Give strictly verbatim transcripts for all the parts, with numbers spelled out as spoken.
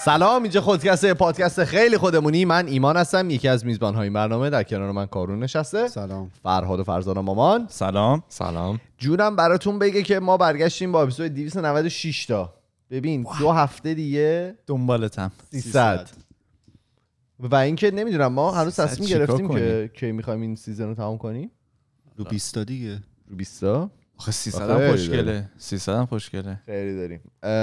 سلام، اینجا خودکسته، پادکست خیلی خودمونی. من ایمان هستم، یکی از میزبان‌های این برنامه. در کنار من کارون نشسته. سلام. فرهاد و فرزانه مامان. سلام. سلام. جونم براتون بگه که ما برگشتیم با اپیزود دویست و نود و شش تا. ببین واو. دو هفته دیگه دنبالتم سیصد. و اینکه نمیدونم ما هنوز تصمیم گرفتیم که کی می‌خوایم این سیزن رو تمام کنیم. رو بیست تا دیگه. رو بیست تا. آخه سیصد هم خوشگله. سیصد هم خوشگله. خیلی داریم.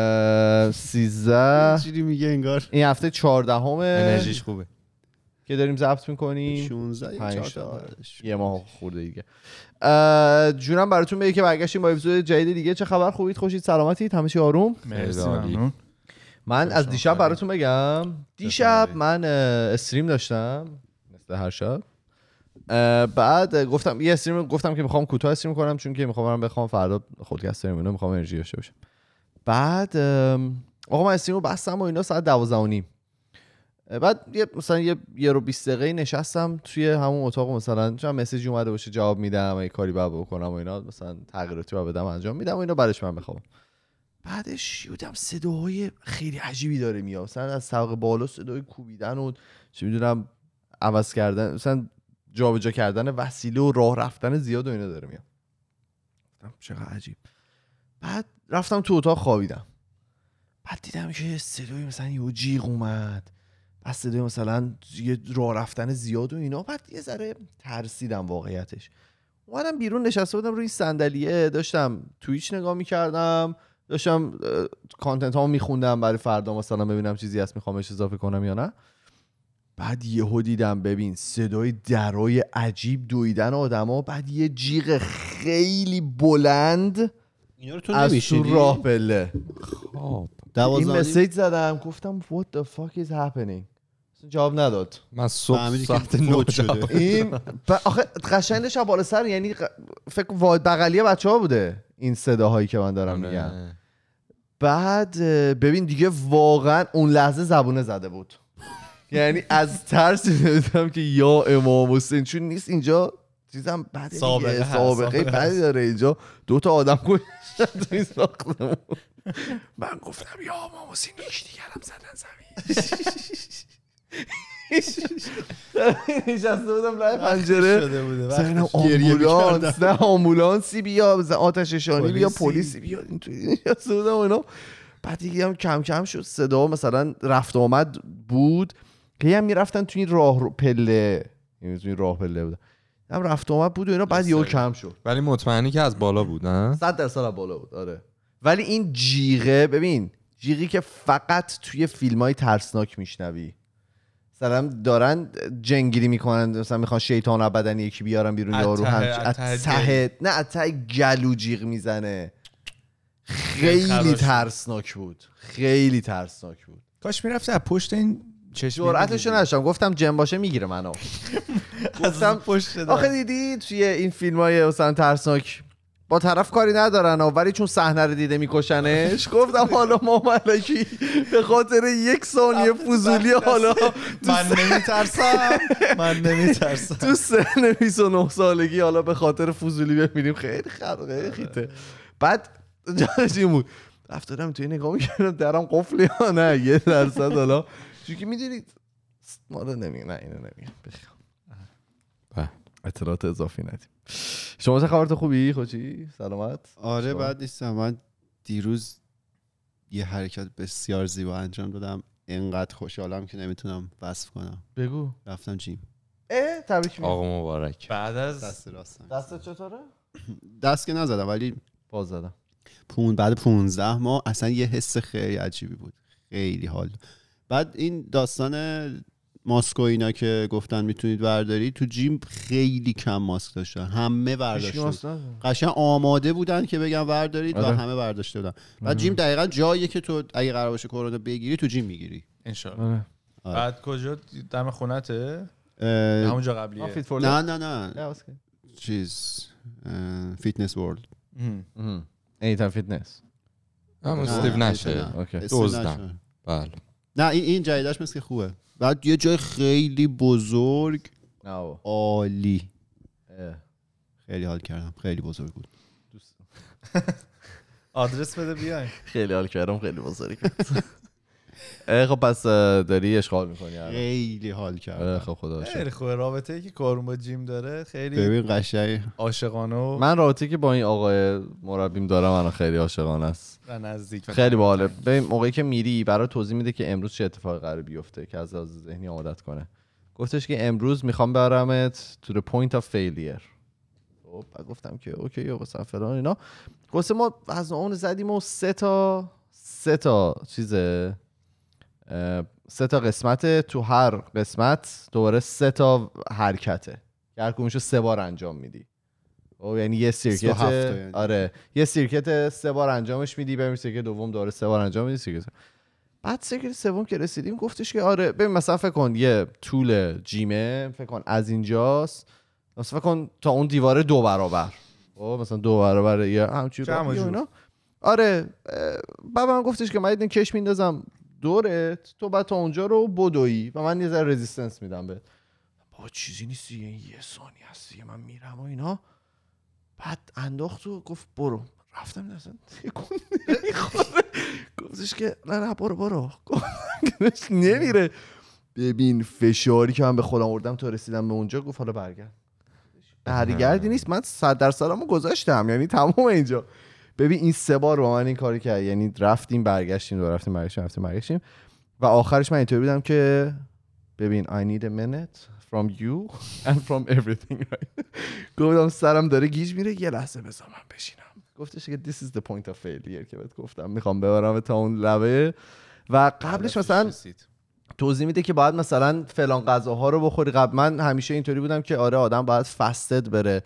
سیزده چیزی میگه انگار این هفته چهاردهم انرژیش خوبه که داریم ضبط میکنیم. شانزده پنج تا یه ماه خورده دیگه. جونم براتون بگه که برگشتیم با اپیزود جدید دیگه. چه خبر؟ خوبید؟ خوشید؟ سلامتید؟ همه چی آروم؟ مرسی. ممنون. من از دیشب براتون بگم. دیشب من استریم داشتم مثل هر شب. بعد گفتم یه استریم گفتم که میخوام کوتاه استریم کنم چون که میخوام برم بخوام فردا خودکست استریم میخوام انرژی داشته باشم. بعد آقا من استریم رو بستم و اینا ساعت دوازده و نیم. بعد یه مثلا یه یه رو بیست دقیقه نشستم توی همون اتاق، مثلا چون مسیج اومده باشه جواب میدم، یه کاری بعد بکنم و اینا، مثلا تغییراتی بعد بدم انجام میدم و اینا، بعدش من بخوام. بعدش یودم صداهای خیلی عجیبی داره میاد، مثلا از طبقه بالا صدای کوبیدن و چه میدونم عوض کردن، مثلا جابجا کردن وسیله و راه رفتن زیاد و اینا داره میاد. چقدر عجیب. بعد رفتم تو اتاق خوابیدم. بعد دیدم که صدای مثلا یه جیغ اومد، بعد صدای مثلا یه راه رفتن زیاد و اینا. بعد یه ذره ترسیدم واقعیتش. اومدم بیرون نشسته بودم روی صندلیه، داشتم توییچ نگاه میکردم، داشتم کانتنت هامو میخوندم برای فردا، مثلا ببینم چیزی هست میخوامش اضافه کنم یا نه. بعد یهو دیدم ببین صدای درای عجیب دویدن آدما، بعد یه جیغ خیلی بلند اینا رو تو از نمیشینی؟ تو راه پله. خب این مسیج زدم، گفتم what the fuck is happening. جواب نداد. من صبح ساعت نه شده این ب... آخه قشنگش بالا سر، یعنی فکر واد بغلی بچه‌ها بوده این صداهایی که من دارم میگم. بعد ببین دیگه واقعا اون لحظه زبونه زده بود. یعنی از ترس دیدم که یا امام حسین، چون نیست اینجا چیزم بده، سابقه سابقه بدی داره اینجا، دو تا آدم کشتن تو این ساختمون. من گفتم یا امام حسین یکی دیگه هم زدن زمین. نشسته بودم لای پنجره سرنم آمبولانس، نه آمبولانسی بیا، آتش نشانی بیا، پلیسی بیا، اینطوری نشسته بودم اینا. بعد دیگه هم کم کم شد صدا مثلا رفت آمد بود که هم میرفتن تو این راه پله، این تو این راه پله بود، هم رفت آمد بود و اینا. بعد یهو کم شد. ولی مطمئنی که از بالا بود نه؟ صد درصد از بالا بود. آره. ولی این جیغه، ببین جیغی که فقط توی فیلمای ترسناک میشنوی، مثلا دارن جنگیری میکنن، مثلا میخوان شیطان ابدنی یکی بیارن بیرون، یارو هم ته نه ته گلو جیغ میزنه. خیلی ترسناک بود، خیلی ترسناک بود. کاش میرفته از پشت این چشم. جرأتشو نداشتم، گفتم جن باشه میگیره منو. گفتم پشت. آخه دیدی توی این فیلمای مثلا ترسناک با طرف کاری ندارن ولی چون صحنه رو دیده میکشنش. گفتم حالا ما ملکی به خاطر یک ثانیه فضولی، حالا من نمیترسم من نمیترسم تو سن بیست و نه سالگی حالا به خاطر فضولی ببینیم، خیلی خیلی خیته. بعد جانشی بود رفتارم توی نگاه میکردم درم قفل یا نه، یه درصد حالا چون که میدونید ما رو نمیگه، نه اینو نمیگه بخوام اطلاعات اضافی ندیم. شما چه خبرت؟ خوبی؟ خوشی؟ سلامت؟ آره بعد نیستم. من دیروز یه حرکت بسیار زیبا انجام دادم، اینقدر خوشحالم که نمیتونم وصف کنم. بگو. رفتم جیم. اه تبریک میگم. آقا مبارک. بعد از دست راستم. دستت چطوره؟ دست که نزدم ولی باز زدم. پون بعد پونزده ماه اصلا یه حس خیلی عجیبی بود، خیلی حال. بعد این داستان ماسک و اینا که گفتن میتونید بردارید، تو جیم خیلی کم ماسک داشتن، همه برداشتن، قشنگ آماده بودن که بگن بردارید و همه برداشته بودن. بعد جیم دقیقاً جاییه که تو اگه قرار باشه کرونا بگیری تو جیم میگیری ان شاء الله. بعد کجا؟ دم خونته؟ همونجا قبلیه؟ نه نه نه چیز فیتنس ورلد. ایتن فیتنس. همون استیو نشه. اوکی. دوزدم. بله. نه این این جایداش مثل خوبه. بعد یه جای خیلی بزرگ، عالی، خیلی حال کردم، خیلی بزرگ بود. آدرس بده بیاین. خیلی حال کردم، خیلی بزرگ. خب پس داری اشغال میکنی. خیلی حال کردم. خب خدا شکر. خیلی خوبه رابطه‌ای که کارون با جیم داره، خیلی ببین قشنگ عاشقانه و من رابطه‌ای که با این آقای مربیم دارم الان خیلی عاشقانه است. نزدیک. خیلی باحاله. ببین موقعی که میری برای توضیح میده که امروز چه اتفاقی قراره بیفته که از لحاظ ذهنی عادت کنه. گفتش که امروز میخوام برامت to the point of failure. خب بعد گفتم که اوکی یا مثلا فلان اینا. گفتم ما از اون زدیم و سه تا سه تا چیزه سه تا قسمت، تو هر قسمت دوباره سه تا حرکته که هر کدومشو سه بار انجام میدی. او یعنی یه سیرکت یعنی. آره یه سیرکت سه بار انجامش میدی، بریم سیرکت دوم دوباره سه بار انجام میدی. سیرکت بعد سیرکت سوم که رسیدیم گفتش که آره ببین مثلا فکر کن یه طول جیمه، فکر کن از اینجاست مثلا فکر کن تا اون دیواره دو برابر، او مثلا دو برابر یا همچین اینا. آره بابا من گفتش که من این کش میندازم دورت، تو بعد تا اونجا رو بدویی و من یه ذره رزिस्टنس میدم بهت. بابا چیزی نیست یه یه ثانیه است دیگه من میرم و اینا. بعد انداخت و گفت برو. رفتم مثلا تکون نمیخوره. گفتش که نه نه برو برو. گفتش نمیره. ببین فشاری که من به خودم آوردم تا رسیدم به اونجا. گفت حالا برگرد. برگردی نیست، من صد درصدمو گذاشتم، یعنی تمام اینجا. ببین این سه بار با من این کاری کرد، یعنی رفتیم برگشتیم دو رفتیم برگشتیم رفتیم برگشتیم و آخرش من اینطوری بودم که ببین I need a minute from you and from everything right. گفتم سرم داره گیج میره، یه لحظه بذار من بشینم. گفتش که this is the point of failure که بهت گفتم میخوام ببرم تا اون لبه. و قبلش مثلا توضیح میده که باید مثلا فلان غذاها رو بخوری. قبل من همیشه اینطوری بودم که آره آدم باید فستد بره،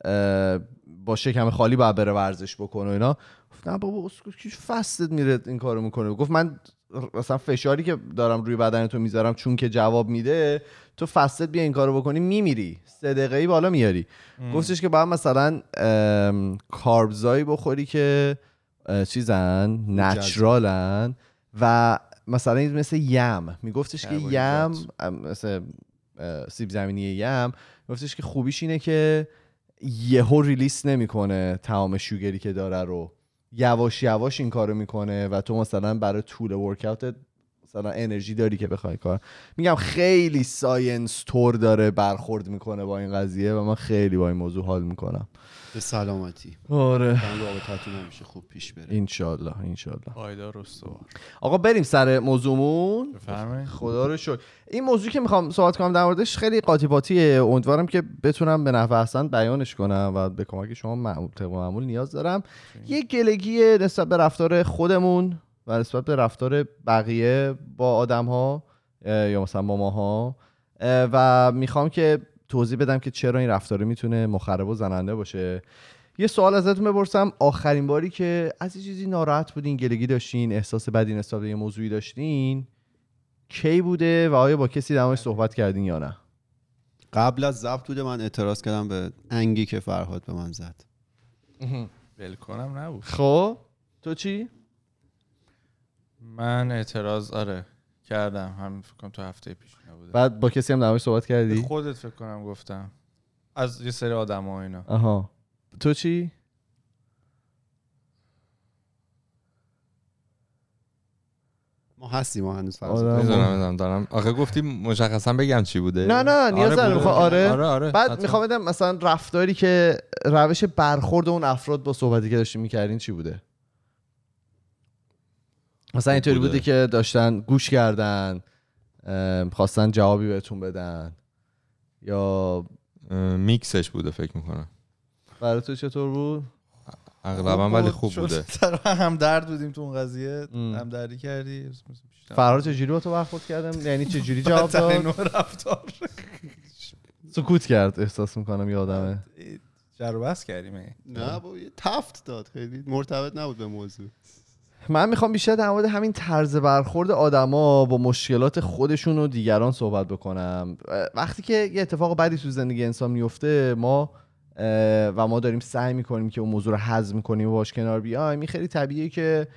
با شکم خالی باید بره ورزش بکنه و اینا. گفتم بابا اسکو کی فستد میره این کارو میکنه. گفت من مثلا فشاری که دارم روی بدن تو میذارم چون که جواب میده، تو فستد بیا این کارو بکنی میمیری، سه دقیقه‌ای بالا میاری. گفتش که باید مثلا کاربزایی بخوری که چیزن نچرالن و مثلا مثل یم. میگفتش که یم مثل سیب زمینی یم، میگفتش که خوبیش اینه که یهو ریلیس نمیکنه تمام شوگری که داره رو، یواش یواش این کارو میکنه و تو مثلا برای طول ورکاوت مثلا انرژی داری که بخوای کار. میگم خیلی ساینس تور داره برخورد میکنه با این قضیه و من خیلی با این موضوع حال میکنم. به سلامتی. آره رابطتون همیشه خوب پیش بره ان شاء الله ان شاء الله. پایدار استوار. آقا بریم سر موضوعمون. بفرمایید. خدا رو شکر. این موضوعی که میخوام صحبت کنم در موردش خیلی قاطی پاتیه، امیدوارم که بتونم به نحو احسن بیانش کنم و به کمک شما معمول طبق معمول نیاز دارم. یه گلگی نسبت به رفتار خودمون و نسبت به رفتار بقیه با آدم‌ها یا مثلا با ماها و میخوام که توضیح بدم که چرا این رفتار میتونه مخرب و زننده باشه. یه سوال ازتون بپرسم، آخرین باری که از یه چیزی ناراحت بودین، گلگی داشتین، احساس بدی نسبت به یه موضوعی داشتین کی بوده و آیا با کسی در موردش صحبت کردین یا نه؟ قبل از ضبط بوده، من اعتراض کردم به انگی که فرهاد به من زد. ول کنم نبود. خب تو چی؟ من اعتراض آره کردم، هم فکر کنم تو هفته پیش نبوده. بعد با کسی هم در موردش صحبت کردی؟ خودت فکر کنم گفتم از یه سری آدم‌ها اینا. آها تو چی؟ ما هستیم ما هنوز فرض میذارم دارم. آخه گفتی مشخصا بگم چی بوده؟ نه نه نیاز آره نداره. آره. آره آره. بعد حتما. میخوام بدم مثلا رفتاری که روش برخورد اون افراد با صحبتی که داشتیم میکردین چی بوده؟ مثلا اینطوری بوده که داشتن گوش کردن، خواستن جوابی بهتون بدن یا میکسش بوده فکر میکنم. برای تو چطور بود؟ اغلبا ولی خوب بوده. هم درد بودیم تو اون قضیه، هم دردی کردی. فرهاد چجوری با تو برخورد کردم؟ یعنی چجوری جواب داد؟ رفتار سکوت کرد احساس میکنم یادمه. جر بحث کردیم. نه با یه تفت داد، خیلی مرتبط نبود به موضوع. من میخوام بیشتر در مورد همین طرز برخورد آدما با مشکلات خودشون و دیگران صحبت بکنم. وقتی که یه اتفاق بدی تو زندگی انسان میفته ما و ما داریم سعی میکنیم که اون موضوع رو هضم کنیم و باش کنار بیایم، این خیلی طبیعیه که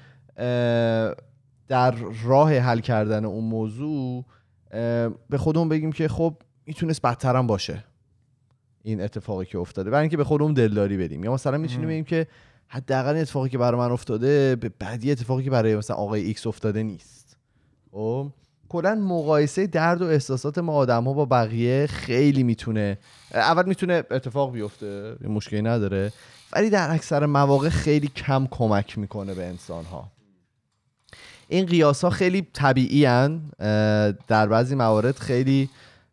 در راه حل کردن اون موضوع به خودمون بگیم که خب میتونست بدتر هم باشه این اتفاقی که افتاده، برای اینکه به خودمون دلداری بدیم. یا مثلا میتونیم بگیم که حداقل این اتفاقی که برای من افتاده به بدی اتفاقی که برای مثلا آقای ایکس افتاده نیست. خب کلا مقایسه درد و احساسات ما آدم‌ها با بقیه خیلی میتونه اول میتونه اتفاق بیفته، مشکلی نداره، ولی در اکثر مواقع خیلی کم کمک میکنه به انسان‌ها. این قیاس‌ها خیلی طبیعی ان، در بعضی موارد خیلی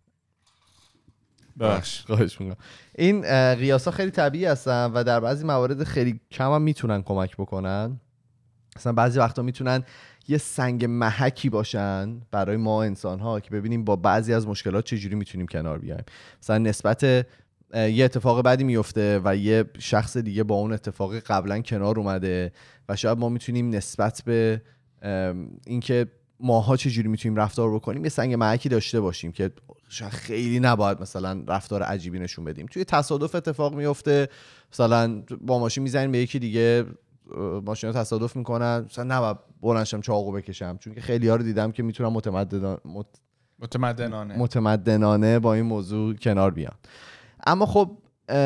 بخش خواهش میکنم این قیاس‌ها خیلی طبیعی هستن و در بعضی موارد خیلی کم هم میتونن کمک بکنن. مثلا بعضی وقتا میتونن یه سنگ محکی باشن برای ما انسان‌ها که ببینیم با بعضی از مشکلات چجوری میتونیم کنار بیایم. مثلا نسبت یه اتفاق بدی میفته و یه شخص دیگه با اون اتفاق قبلا کنار اومده و شاید ما میتونیم نسبت به اینکه ماها چجوری میتونیم رفتار بکنیم یه سنگ محکی داشته باشیم که شاید خیلی نباید مثلا رفتار عجیبی نشون بدیم. توی تصادف اتفاق میفته، مثلا با ماشین میزنیم به یکی دیگه، ماشینا تصادف میکنن، مثلا نباید بلندشم چاقو بکشم، چون که خیلی ها رو دیدم که میتونن متمددانه مت... متمدنانه متمدنانه با این موضوع کنار بیان. اما خب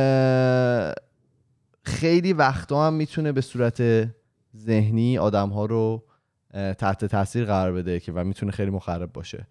خیلی وقتا هم میتونه به صورت ذهنی آدم ها رو تحت تاثیر قرار بده که و میتونه خیلی مخرب باشه.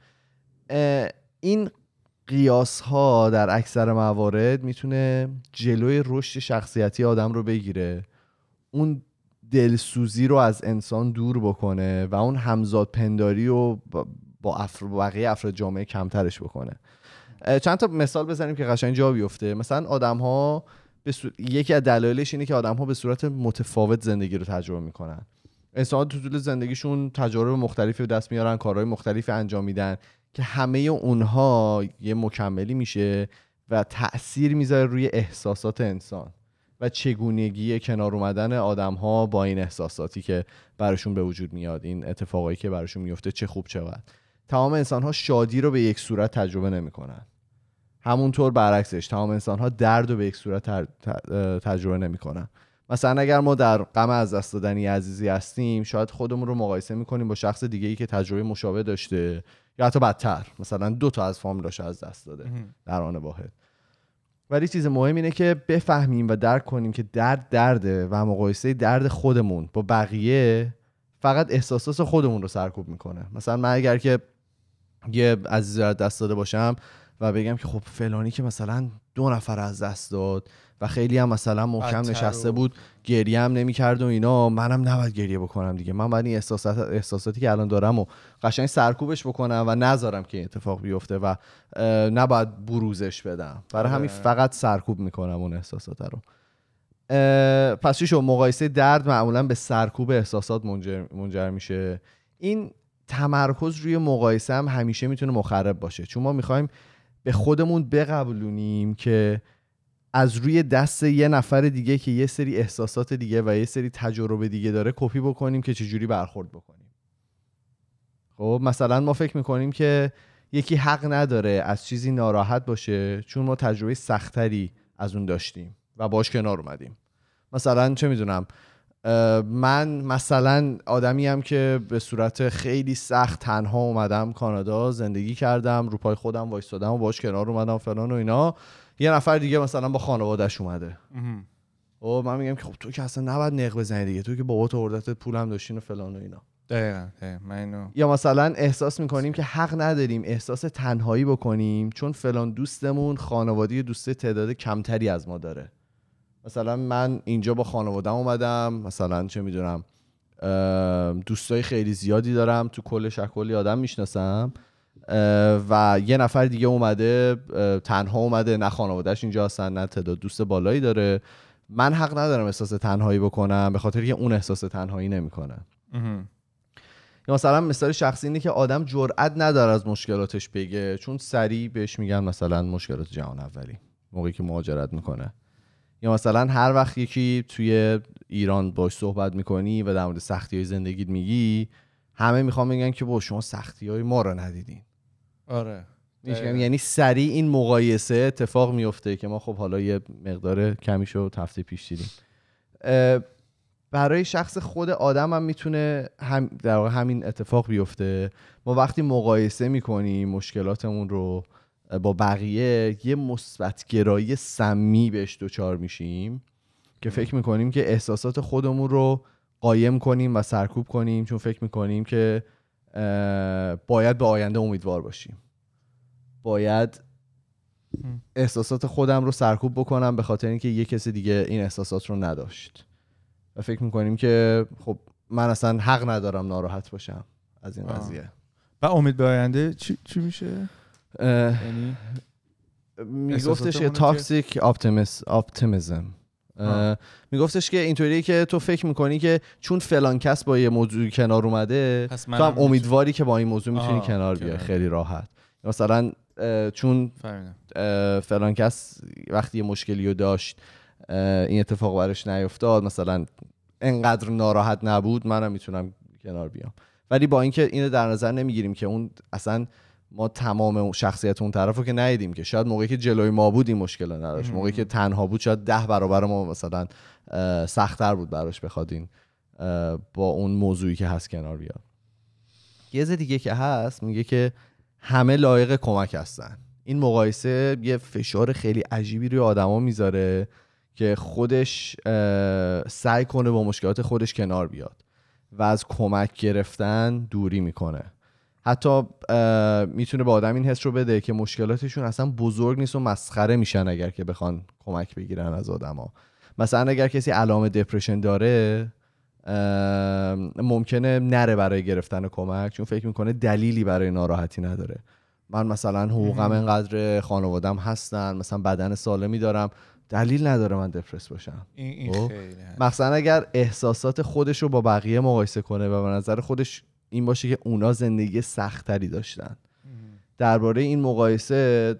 این قیاس ها در اکثر موارد میتونه جلوی رشد شخصیتی آدم رو بگیره، اون دلسوزی رو از انسان دور بکنه و اون همزاد پنداری رو با افر... بقیه افراد جامعه کمترش بکنه. چند تا مثال بزنیم که قشنگ جا بیفته. مثلا آدم ها به صور... یکی از دلایلش اینه که آدم ها به صورت متفاوت زندگی رو تجربه میکنن. انسان تو طول زندگیشون تجارب مختلفی به دست میارن، کارهای مختلفی انجام میدن که همه اونها یه مکملی میشه و تأثیر میذاره روی احساسات انسان و چگونگی کنار اومدن آدم‌ها با این احساساتی که براشون به وجود میاد، این اتفاقایی که براشون میفته چه خوب چه بد. تمام انسان‌ها شادی رو به یک صورت تجربه نمی‌کنن. همونطور برعکسش تمام انسان‌ها درد رو به یک صورت تجربه نمی‌کنن. مثلا اگر ما در غم از دست دادن عزیزی هستیم، شاید خودمون رو مقایسه می‌کنیم با شخص دیگه‌ای که تجربه مشابه داشته یا حتی بدتر، مثلا دو تا از فامیلاش از دست داده در آن واحد. ولی چیز مهم اینه که بفهمیم و درک کنیم که درد درده و مقایسه درد خودمون با بقیه فقط احساسات خودمون رو سرکوب میکنه. مثلا من اگر که یه عزیزی رو دست داده باشم و بگم که خب فلانی که مثلا دو نفر از دست داد و خیلی هم مثلا محکم نشسته بود، گریه هم نمی‌کرد و اینا، منم نباید گریه بکنم دیگه، من باید این احساسات احساساتی که الان دارم و قشنگ سرکوبش بکنم و نذارم که اتفاق بیفته و نباید بروزش بدم. برای همین فقط سرکوب میکنم اون احساسات رو. پس چی شو مقایسه درد معمولا به سرکوب احساسات منجر, منجر میشه. این تمرکز روی مقایسه هم همیشه میتونه مخرب باشه، چون ما میخوایم به خودمون بقبولونیم که از روی دست یه نفر دیگه که یه سری احساسات دیگه و یه سری تجربه دیگه داره کپی بکنیم که چجوری برخورد بکنیم. خب مثلا ما فکر میکنیم که یکی حق نداره از چیزی ناراحت باشه چون ما تجربه سختری از اون داشتیم و باش کنار اومدیم. مثلا چه میدونم، من مثلا آدمی ام که به صورت خیلی سخت تنها اومدم کانادا، زندگی کردم، رو پای خودم وایسادم و باش کنار اومدم فلان و اینا، یه نفر دیگه مثلا با خانواده‌اش اومده و من میگم که خب تو که اصلا نباید نق بزنی دیگه، تو که بابات آوردت پولم داشتین و فلان و اینا. دقیقاً من یا مثلا احساس میکنیم که حق نداریم احساس تنهایی بکنیم چون فلان دوستمون خانواده دوست تعداد کمتری از ما داره. مثلا من اینجا با خانواده‌ام اومدم، مثلا چه میدونم دوستای خیلی زیادی دارم، تو کل شهر کلی آدم میشناسم و یه نفر دیگه اومده تنها اومده، نه خانواده‌اش اینجا هستن نه تعداد دوست بالایی داره. من حق ندارم احساس تنهایی بکنم به خاطر که اون احساس تنهایی نمیکنه. یا مثلا مثال شخصی اینه که آدم جرئت نداره از مشکلاتش بگه چون سریع بهش میگن مثلا مشکلات جهان اولی موقعی که مهاجرت میکنه. یا مثلا هر وقت یکی توی ایران باش صحبت میکنی و در مورد سختی‌های زندگیت میگی، همه میخوان بگن که با شما سختی‌های ما رو ندیدین. آره میگم یعنی سریع این مقایسه اتفاق میفته که ما خب حالا یه مقدار کمیشو هفته پیش دیدیم. برای شخص خود آدم هم میتونه هم در واقع همین اتفاق بیفته. ما وقتی مقایسه میکنیم مشکلاتمون رو با بقیه، یه مثبت گرایی سمی بهش دوچار میشیم که فکر میکنیم که احساسات خودمون رو قایم کنیم و سرکوب کنیم، چون فکر میکنیم که باید به آینده امیدوار باشیم، باید احساسات خودم رو سرکوب بکنم به خاطر اینکه یه کسی دیگه این احساسات رو نداشت و فکر میکنیم که خب من اصلا حق ندارم ناراحت باشم از این قضیه. و امید به آینده چی, چی میشه؟ یعنی میگفتش که تاکسیک اپتیمیسم، میگفتش که اینطوریه که تو فکر میکنی که چون فلان کس با یه موضوع کنار اومده تو هم امیدواری که با این موضوع میتونی کنار بیای خیلی راحت. مثلا چون فلان کس وقتی یه مشکلی رو داشت این اتفاق براش نیفتاد، مثلا انقدر ناراحت نبود، منم میتونم کنار بیام. ولی با اینکه اینو در نظر نمیگیریم که اون اصلا ما تمام شخصیت اون طرف رو که ندیدیم، که شاید موقعی که جلوی ما بود این مشکل نداشت، موقعی که تنها بود شاید ده برابر ما مثلا سخت‌تر بود براش بخواد این با اون موضوعی که هست کنار بیاد. یه چیز دیگه که هست میگه که همه لایق کمک هستن. این مقایسه یه فشار خیلی عجیبی روی آدما میذاره که خودش سعی کنه با مشکلات خودش کنار بیاد و از کمک گرفتن دوری میکنه. حتی میتونه به آدم این حس رو بده که مشکلاتشون اصلا بزرگ نیست و مسخره میشن اگر که بخوان کمک بگیرن از آدما. مثلا اگر کسی علائم دپرشن داره ممکنه نره برای گرفتن کمک چون فکر میکنه دلیلی برای ناراحتی نداره. من مثلا حقوقم اینقدر، خانوادم هستن، مثلا بدن سالمی دارم، دلیل نداره من دپرس باشم. این خیلی مثلا اگر احساسات خودش رو با بقیه مقایسه کنه و به نظر خودش این باشه که اونا زندگی سخت‌تری داشتن، درباره این مقایسه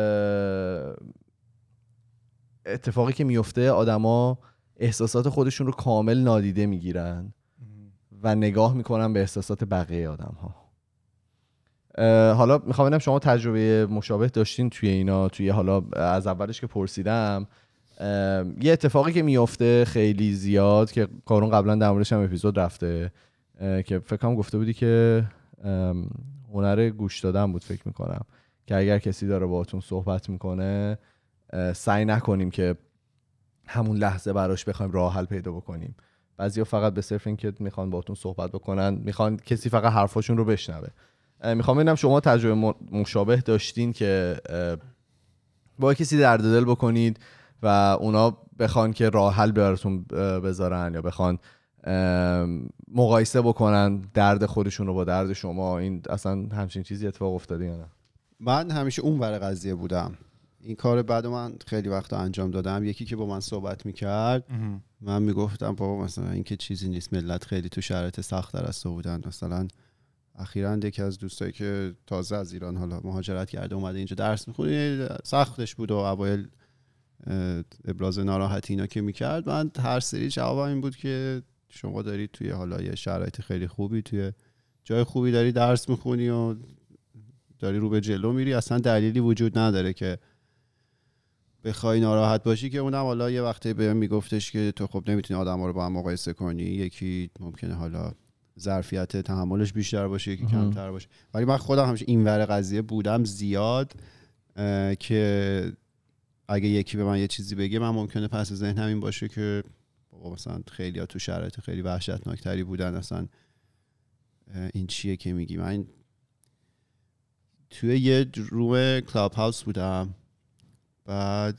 اتفاقی که میفته آدما احساسات خودشون رو کامل نادیده میگیرن و نگاه میکنن به احساسات بقیه آدم‌ها. حالا میخوام ببینم شما تجربه مشابه داشتین توی اینا؟ توی حالا از اولش که پرسیدم یه اتفاقی که میفته خیلی زیاد که کارون قبلا در موردش هم اپیزود رفته که فکر کنم گفته بودی که هنر گوش دادن بود فکر میکنم، که اگر کسی داره باهاتون صحبت میکنه سعی نکنیم که همون لحظه براش بخوایم راه حل پیدا بکنیم. بعضیا فقط به صرف این که میخوان باهاتون صحبت بکنن، میخوان کسی فقط حرفاشون رو بشنوه. میخوام ببینم شما تجربه مشابه داشتین که با کسی درد دل بکنید و اونا بخوان که راه حل براتون بذارن یا بخوان مقایسه بکنن درد خودشون رو با درد شما؟ این اصلا همچین چیزی اتفاق افتاده یا نه؟ من همیشه اون ور قضیه بودم. این کار بعد من خیلی وقتا انجام دادم. یکی که با من صحبت میکرد من میگفتم بابا مثلا این که چیزی نیست، ملت خیلی تو شرایط سخت‌تر از تو بودن. مثلا اخیراً یکی از دوستایی که تازه از ایران حالا مهاجرت کرده اومده اینجا درس میخونه، سختش بود و اوایل ابراز ناراحتی اینا که میکرد، من هر سری جوابم این بود که شما داری توی حالا یه شرایط خیلی خوبی، توی جای خوبی داری درس میخونی و داری رو به جلو میری، اصلا دلیلی وجود نداره که بخوای ناراحت باشی. که اونم حالا یه وقتی بهم میگفتش که تو خب نمیتونی آدما رو با هم مقایسه کنی، یکی ممکنه حالا ظرفیت تحملش بیشتر باشه یکی کمتر باشه، ولی من خودم همیشه این ور قضیه بودم زیاد که اگه یکی به من یه چیزی بگه من ممکنه پس ذهنم این باشه که بابا مثلا خیلی‌ها تو شرایط خیلی وحشتناکتری بودن، اصلا این چیه که میگی. من توی یه روم کلاب هاوس بودم، بعد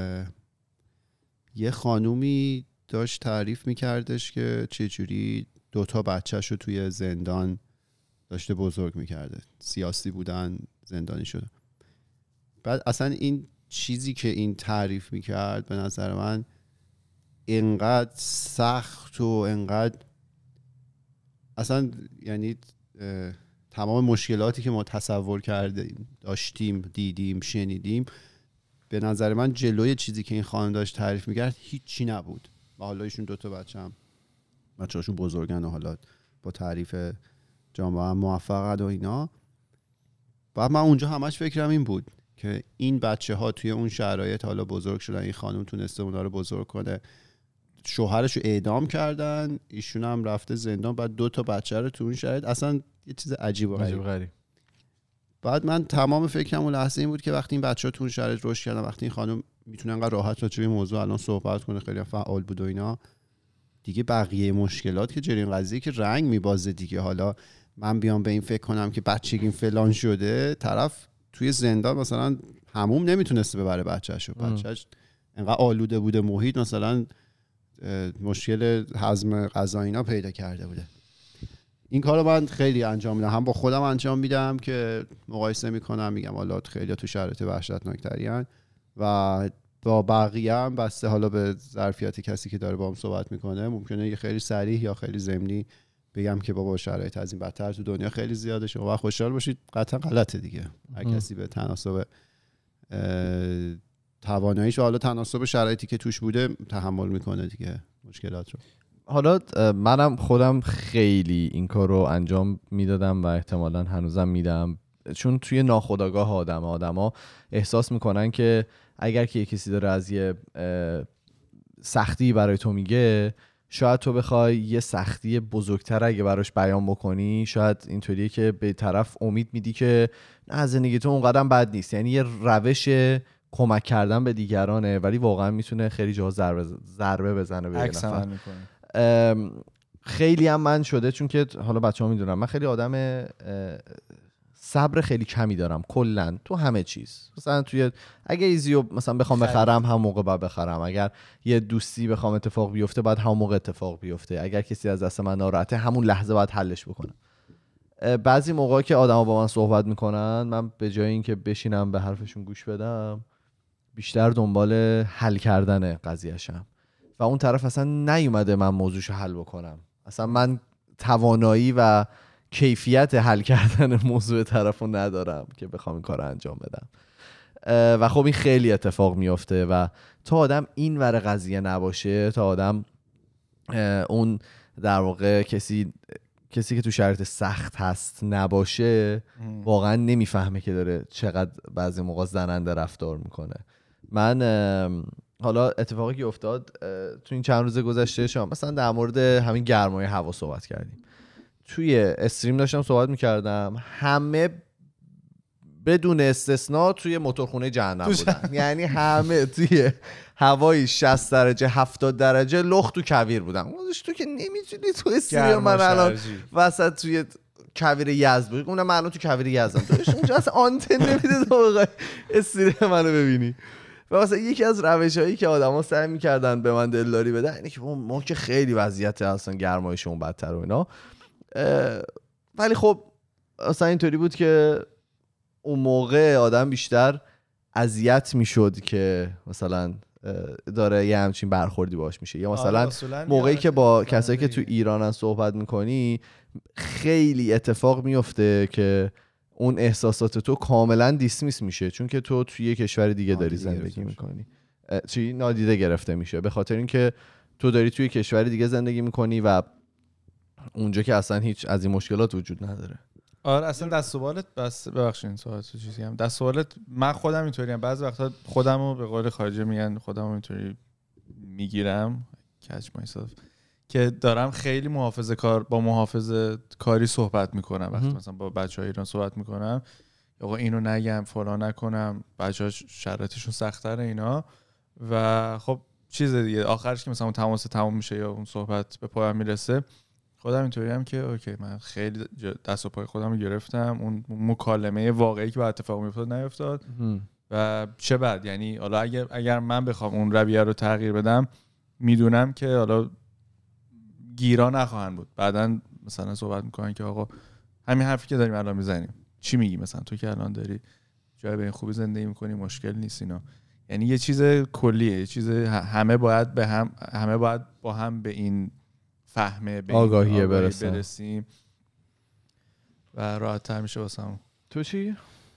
یه خانومی داشت تعریف میکردش که چجوری دوتا بچه‌شو توی زندان داشته بزرگ میکرده، سیاسی بودن زندانی شده. بعد اصلا این چیزی که این تعریف میکرد به نظر من اینقدر سخت و اینقدر اصلا یعنی تمام مشکلاتی که ما تصور کردیم داشتیم دیدیم شنیدیم به نظر من جلوی چیزی که این خانم داشت تعریف میکرد هیچی نبود. و حالا ایشون دوتا بچه هم بچه هاشون بزرگن و حالا با تعریف جامعه هم موفقن و اینا. بعد من اونجا همش فکرم این بود که این بچه ها توی اون شرایط حالا بزرگ شدن، این خانم تونسته اونا رو بزرگ کنه، شوهرش رو اعدام کردن، ایشون هم رفته زندان، بعد دو تا بچه رو تو اون شرایط، اصلا یه چیز عجیب و غریب. بعد من تمام فکرم اون لحظه این بود که وقتی این بچه‌ها تو اون شرایط رشد کردن، وقتی این خانم میتونه انقدر راحت راجع به این موضوع الان صحبت کنه، خیلی فعال بود و اینا، دیگه بقیه مشکلات که جلوی این قضیه که رنگ میبازه دیگه. حالا من بیام به این فکر کنم که بچگیم فلان شده، طرف توی زندان مثلا حموم نمیتونسته ببره بچه‌شو، بچه‌ش انقدر آلوده بوده محیط، مثلا مشکل هضم غذا اینا پیدا کرده بوده. این کارو من خیلی انجام میدم، هم با خودم انجام میدم که مقایسه میکنم، میگم حالا خیلی تو شرایط وحشتناک‌ترین، و با بقیه هم بسته حالا به ظرفیت کسی که داره باهم صحبت میکنه ممکنه یه خیلی صریح یا خیلی ضمنی بگم که بابا شرایط از این بدتر تو دنیا خیلی زیاده، شما خوشحال باشید. قطعا غلطه دیگه، هر کسی به تناسب تواناییش و حالا تناسب شرایطی که توش بوده تحمل میکنه دیگه مشکلات رو. حالا منم خودم خیلی این کار رو انجام میدادم و احتمالاً هنوزم میدم، چون توی ناخودآگاه آدم آدما احساس میکنن که اگر که کسی داره از یه سختی برای تو میگه، شاید تو بخوای یه سختی بزرگتر اگه براش بیان بکنی، شاید اینطوریه که به طرف امید میدی که نه زندگی تو اونقدر بد نیست. یعنی یه روش کمک کردن به دیگرانه، ولی واقعا میتونه خیلی جا ضربه ضربه بزنه به عکس نفر. عمل میکنه. خیلی هم من شده، چون که حالا بچه‌ها میدونم من خیلی آدم صبر خیلی کمی دارم کلا تو همه چیز. مثلا توی اگه ایزیو مثلا بخوام بخرم هم موقع باید بخرم، اگر یه دوستی بخوام اتفاق بیفته باید هم موقع اتفاق بیفته، اگر کسی از دست من ناراحته همون لحظه باید حلش بکنم. بعضی موقعا که آدما با من صحبت میکنن، من به جای اینکه بشینم به حرفشون گوش بدم، بیشتر دنبال حل کردن قضیه‌شم و اون طرف اصلا نیومده من موضوعشو حل بکنم. اصلا من توانایی و کیفیت حل کردن موضوع طرفو ندارم که بخوام این کارو انجام بدم. و خب این خیلی اتفاق میفته و تا آدم این ور قضیه نباشه، تا آدم اون در واقع کسی کسی که تو شرایط سخت هست نباشه، ام. واقعا نمیفهمه که داره چقدر بعضی موقع زننده رفتار میکنه. من حالا اتفاقی که افتاد تو این چند روز گذشته، شما مثلا در مورد همین گرمای هوا صحبت کردیم، توی استریم داشتم صحبت میکردم، همه بدون استثناء توی موتورخونه جهنم بودن. یعنی همه توی هوای شصت درجه هفتاد درجه لخت تو کویر بودن. اونش تو که نمیتونی تو استریم من الان وسط توی کویر یزد بود، اونم من الان تو کویر یزدم، تو اونجا اصلا آنتن نمیده تو بخوای استریم منو ببینی. و مثلا یکی از روش‌هایی که آدما سعی می‌کردن به من دلداری بدن اینه که ما که خیلی وضعیت اصلا گرمایشمون بدتر و اینا، ولی خب اصلا اینطوری بود که اون موقع آدم بیشتر اذیت میشد که مثلا داره یه همچین برخوردی باش میشه، یا مثلا موقعی که با کسایی که تو ایرانن صحبت میکنی خیلی اتفاق میفته که اون احساسات تو کاملا دیسمیس میشه، چون که تو توی یه کشور دیگه داری زندگی میکنی. چی نادیده گرفته میشه به خاطر اینکه تو داری توی کشور دیگه زندگی میکنی و اونجا که اصلا هیچ از این مشکلات وجود نداره. آره اصلا دست و بالت بس، ببخشید این سوال تو چیزی هم دست و بالت، من خودم اینطوری ام، بعضی وقتا خودمو به قول خارجی میگن خودمو اینطوری میگیرم catch myself که دارم خیلی محافظه کار با محافظه کاری صحبت میکنم. وقتی مثلا با بچهای ایران صحبت میکنم، آقا اینو نگم فلان نکنم، بچه‌ها شرایطشون سخت‌تره اینا، و خب چیز دیگه آخرش که مثلا تماس تموم میشه یا اون صحبت به پایان میرسه، خودم اینطوری هم که اوکی من خیلی دست و پای خودم رو گرفتم، اون مکالمه واقعی که با اتفاق میافتاد نیفتاد و چه بعد. یعنی حالا اگر اگر من بخوام اون رویه رو تغییر بدم، میدونم که حالا گیرا نخواهند بود. بعداً مثلا صحبت میکنن که آقا همین حرفی که داریم الان میزنیم چی میگی، مثلا تو که الان داری جای به این خوبی زندگی میکنی مشکل نیست اینا. یعنی یه چیز کلیه، یه چیز همه باید به هم همه باید با هم به این فهمه به آگاهی برسیم و راحت تر میشه واسم. تو چی؟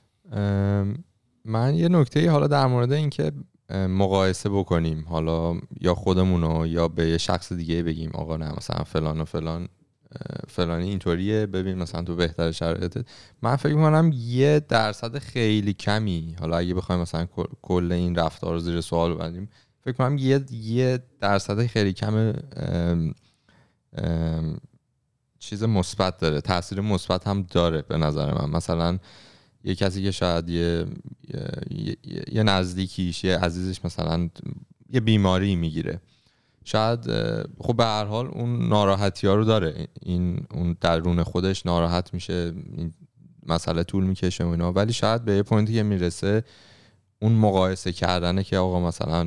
من یه نکته حالا در مورد این که مقایسه بکنیم، حالا یا خودمونو یا به یه شخص دیگه بگیم آقا نه مثلا فلان و فلان فلانی اینطوریه، ببین مثلا تو بهتر شرایطت. من فکر می‌کنم یه درصد خیلی کمی، حالا اگه بخوایم مثلا کل این رفتار رو زیر سوال ببریم، فکر کنم یه یه درصد خیلی کم ام ام چیز مثبت داره، تاثیر مثبت هم داره به نظر من. مثلا یه کسی که شاید یه یه, یه, یه نزدیکیش، یه عزیزش مثلا یه بیماری میگیره، شاید خب به هر حال اون ناراحتی ها رو داره، این اون درون خودش ناراحت میشه، این مسئله طول میکشه و اینا، ولی شاید به یه پوینتی که میرسه اون مقایسه کردنه که آقا مثلا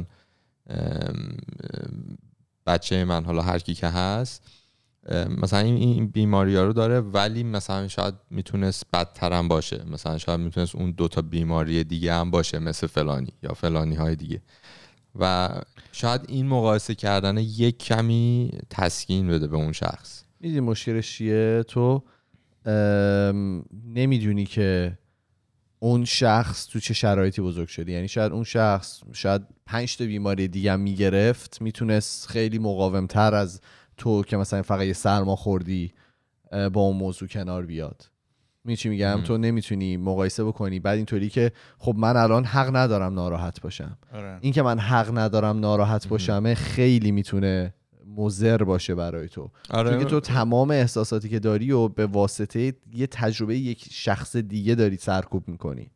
بچه من حالا هر کی که هست مثلا این بیماری ها رو داره ولی مثلا شاید میتونست بدتر هم باشه، مثلا شاید میتونست اون دوتا بیماری دیگه هم باشه مثل فلانی یا فلانی های دیگه و شاید این مقایسه کردن یک کمی تسکین بده به اون شخص. میدونی مشکلش چیه؟ تو نمیدونی که اون شخص تو چه شرایطی بزرگ شده، یعنی شاید اون شخص شاید پنج تا بیماری دیگه هم میگرفت، میتونست خیلی مقاومتر از تو که مثلا فقط یه سرما خوردی با اون موضوع کنار بیاد. می چی میگم؟ تو نمیتونی مقایسه بکنی بعد اینطوری که خب من الان حق ندارم ناراحت باشم. آره. این که من حق ندارم ناراحت باشم خیلی میتونه مضر باشه برای تو. آره. چون که تو تمام احساساتی که داری و به واسطه یه تجربه یک شخص دیگه داری سرکوب میکنی.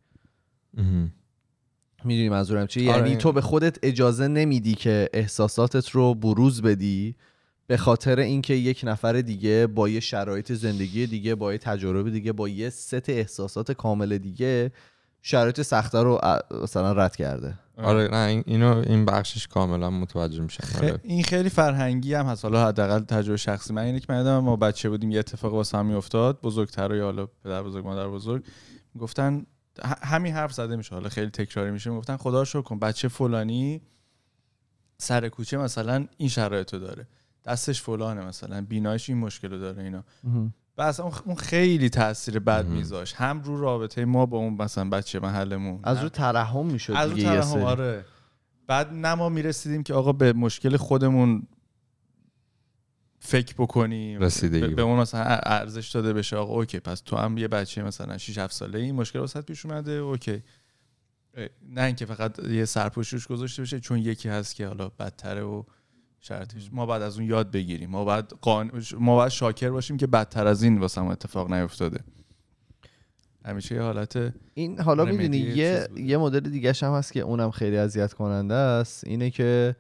میدونی منظورم چیه؟ آره. یعنی تو به خودت اجازه نمیدی که احساساتت رو بروز بدی به خاطر اینکه یک نفر دیگه با یه شرایط زندگی دیگه، با یه تجربه دیگه، با یه ست احساسات کامل دیگه شرایط سخته رو مثلا رد کرده. آره نه اینو این بخشش کاملا متوجه میشم. آره. این خیلی فرهنگی هم هست. حالا حداقل تجربه شخصی من اینه که من یادم ما بچه بودیم یه اتفاق واسه هم میافتاد، بزرگترا یا حالا پدر بزرگ مادر بزرگ گفتن همین حرف زده میشه، حالا خیلی تکراری میشه، گفتن خدا رو شکر کن بچه فلانی سر کوچه مثلا این شرایطو داره، دستش فلانه، مثلا بینایش این مشکلو داره اینا. بس اون خیلی تاثیر بد میذاشت هم رو رابطه ما با اون مثلا بچه محلمون، از رو ترحم میشد از رو ترحم. آره. بعد نه ما میرسیدیم که آقا به مشکل خودمون فکر بکنیم، رسیدگی به اون مثلا ارزش داده بشه آقا اوکی پس تو هم یه بچه مثلا شش هفت ساله این مشکل واسط پیش اومده اوکی، نه اینکه فقط یه سرپوش روش گذاشته بشه چون یکی هست که حالا بدتره و شرطش. ما بعد از اون یاد بگیریم، ما بعد قان... ما بعد شاکر باشیم که بدتر از این واسه ما اتفاق نیفتاده. همیشه یه حالت این حالا میدونی یه یه مدل دیگه هم هست که اونم خیلی اذیت کننده است، اینه که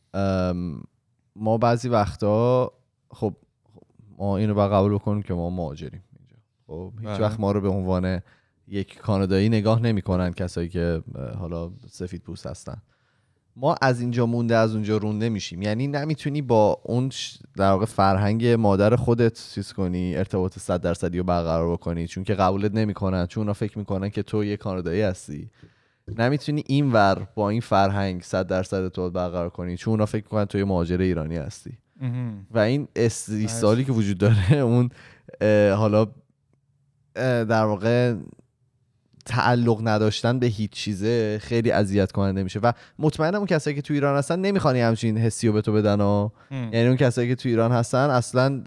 ما بعضی وقتا خب ما اینو باید قبول بکنیم که ما مهاجریم اینجا، خب هیچ وقت ما رو به عنوان یک کانادایی نگاه نمی‌کنن کسایی که حالا سفید پوست هستن. ما از اینجا مونده از اونجا رونده میشیم، یعنی نمیتونی با اون در واقع فرهنگ مادر خودت چیز کنی، ارتباط صد درصدی رو برقرار بکنی، چون که قبولت نمیکنن، چون اونا فکر میکنن که تو یه کانادایی هستی. نمیتونی اینور با این فرهنگ صد درصد تو برقرار کنی، چون اونا فکر میکنن تو یه مهاجر ایرانی هستی. و این استیصالی که وجود داره اون حالا در واقع تعلق نداشتن به هیچ چیزه خیلی اذیت کننده میشه و مطمئنم اون کسایی که تو ایران هستن نمیخوانی همچین حسی رو به تو بدن ها. یعنی اون کسایی که تو ایران هستن اصلا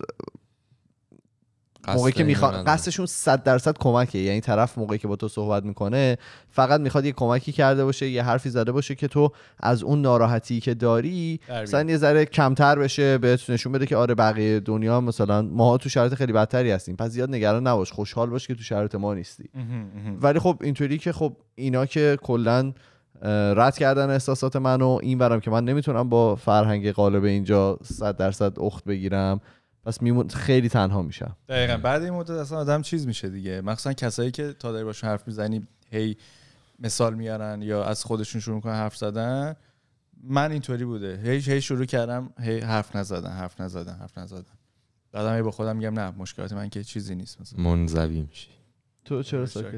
موقعی که میخوان قصدشون صد درصد کمکه، یعنی طرف موقعی که با تو صحبت میکنه فقط میخواد یه کمکی کرده باشه، یه حرفی زده باشه که تو از اون ناراحتی که داری مثلا یه ذره کمتر بشه، بهت نشون بده که آره بقیه دنیا مثلا ما تو شرایط خیلی بدتری هستیم، پس زیاد نگران نباش، خوشحال باش که تو شرایط ما نیستی. ولی خب اینطوری که خب اینا که کلا رد کردن احساسات منو، این برام که من نمیتونم با فرهنگ غالب اینجا صد درصد اخت بگیرم، پس میمون خیلی تنها میشم. دقیقاً بعد این مدت اصلا آدم چیز میشه دیگه، مخصوصا کسایی که تا داری باشون حرف میزنی هی مثال میارن یا از خودشون شروع میکنن حرف زدن. من اینطوری بوده، هی هی شروع کردم هی حرف نزدن حرف نزدن حرف نزدن بعدم هی با خودم میگم نه مشکلات من که چیزی نیست، مثلا منزوی میشی تو چرا ساکتی.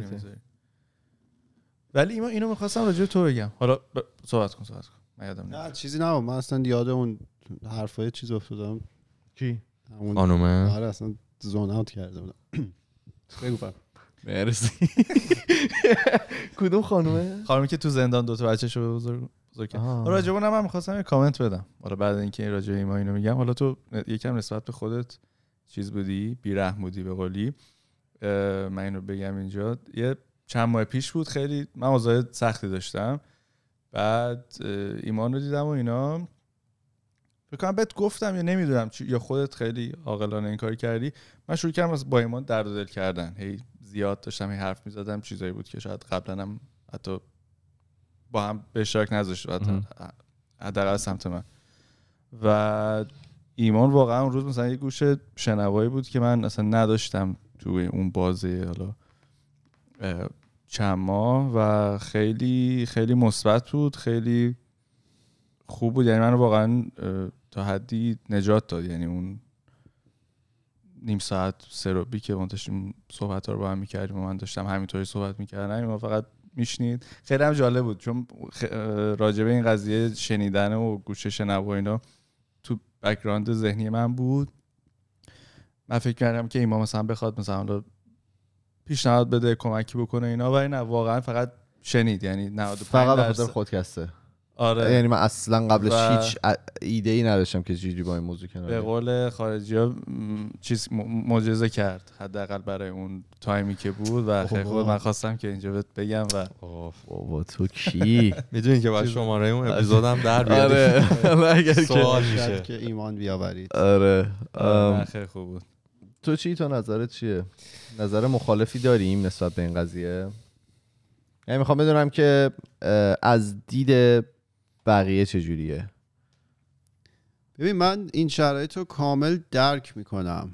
ولی اینو اینو میخواستم راجع به تو بگم، حالا ب... صحبت کن صحبت کن من یادم نه چیزی نه، من اصلا یاد اون حرفای چیز افتادم. کی؟ خانومه؟ آره اصلا زون اوت کرده بودم. بگو فرق. مرسی. کدوم خانومه؟ خانومی که تو زندان دو تا بچه‌شو بزرگ بزرگ کرد. راجع به اونم من می‌خواستم یه کامنت بدم. حالا بعد اینکه این راجع به ما اینو میگم، حالا تو یکم نسبت به خودت چیز بودی، بی‌رحم بودی به قولی. من اینو بگم اینجا، یه چند ماه پیش بود، خیلی من اوضاع سختی داشتم. بعد ایمان رو دیدم و اینا، فکر کنم بهت گفتم یا نمیدونم یا خودت خیلی عاقلانه این کاری کردی. من شروع کردم با ایمان درد و دل کردن، هی زیاد داشتم هی حرف میزدم، چیزایی بود که شاید قبلا هم حتی با هم به اشتراک نذاشته، حتی حداقل سمت من. و ایمان واقعا اون روز مثلا یه گوشه شنوایی بود که من اصلا نداشتم توی اون بازه حالا چند ماه و خیلی خیلی مثبت بود، خیلی خوب بود. یعنی من واقعا تا حدی نجات داد. یعنی اون نیم ساعت سروبی که ما داشتیم صحبت ها رو با هم میکردیم و من داشتم همینطوری صحبت میکردم، ما فقط میشنید. خیلی هم جالب بود چون راجبه این قضیه شنیدن و گوش شنوا اینا تو بک‌گراند ذهنی من بود. من فکر کردم که ایمان مثلا بخواد مثلا پیشنهاد بده، کمکی بکنه اینا، ولی نه، واقعا فقط شنید. یعنی نود و پنج فقط به درصد خاطر خودکسته. آره، یعنی من اصلا قبلش و... هیچ ایده ای نداشتم که چجوری با این موضوع کنار به قول خارجی‌ها چیز معجزه کرد، حداقل برای اون تایمی که بود و خیلی خوب. من خواستم که اینجا بهت بگم و بابا تو کی میدونی که بعد شماره اون اپیزودم در بیاد. آره اگر سوال میشه که ایمان بیاورید. آره خیلی خوب بود. تو چی؟ تو نظرت چیه؟ نظر مخالفی داریم نسبت به این قضیه؟ یعنی میخوام بدونم که از دید بقیه چجوریه. ببین من این شرایط رو کامل درک میکنم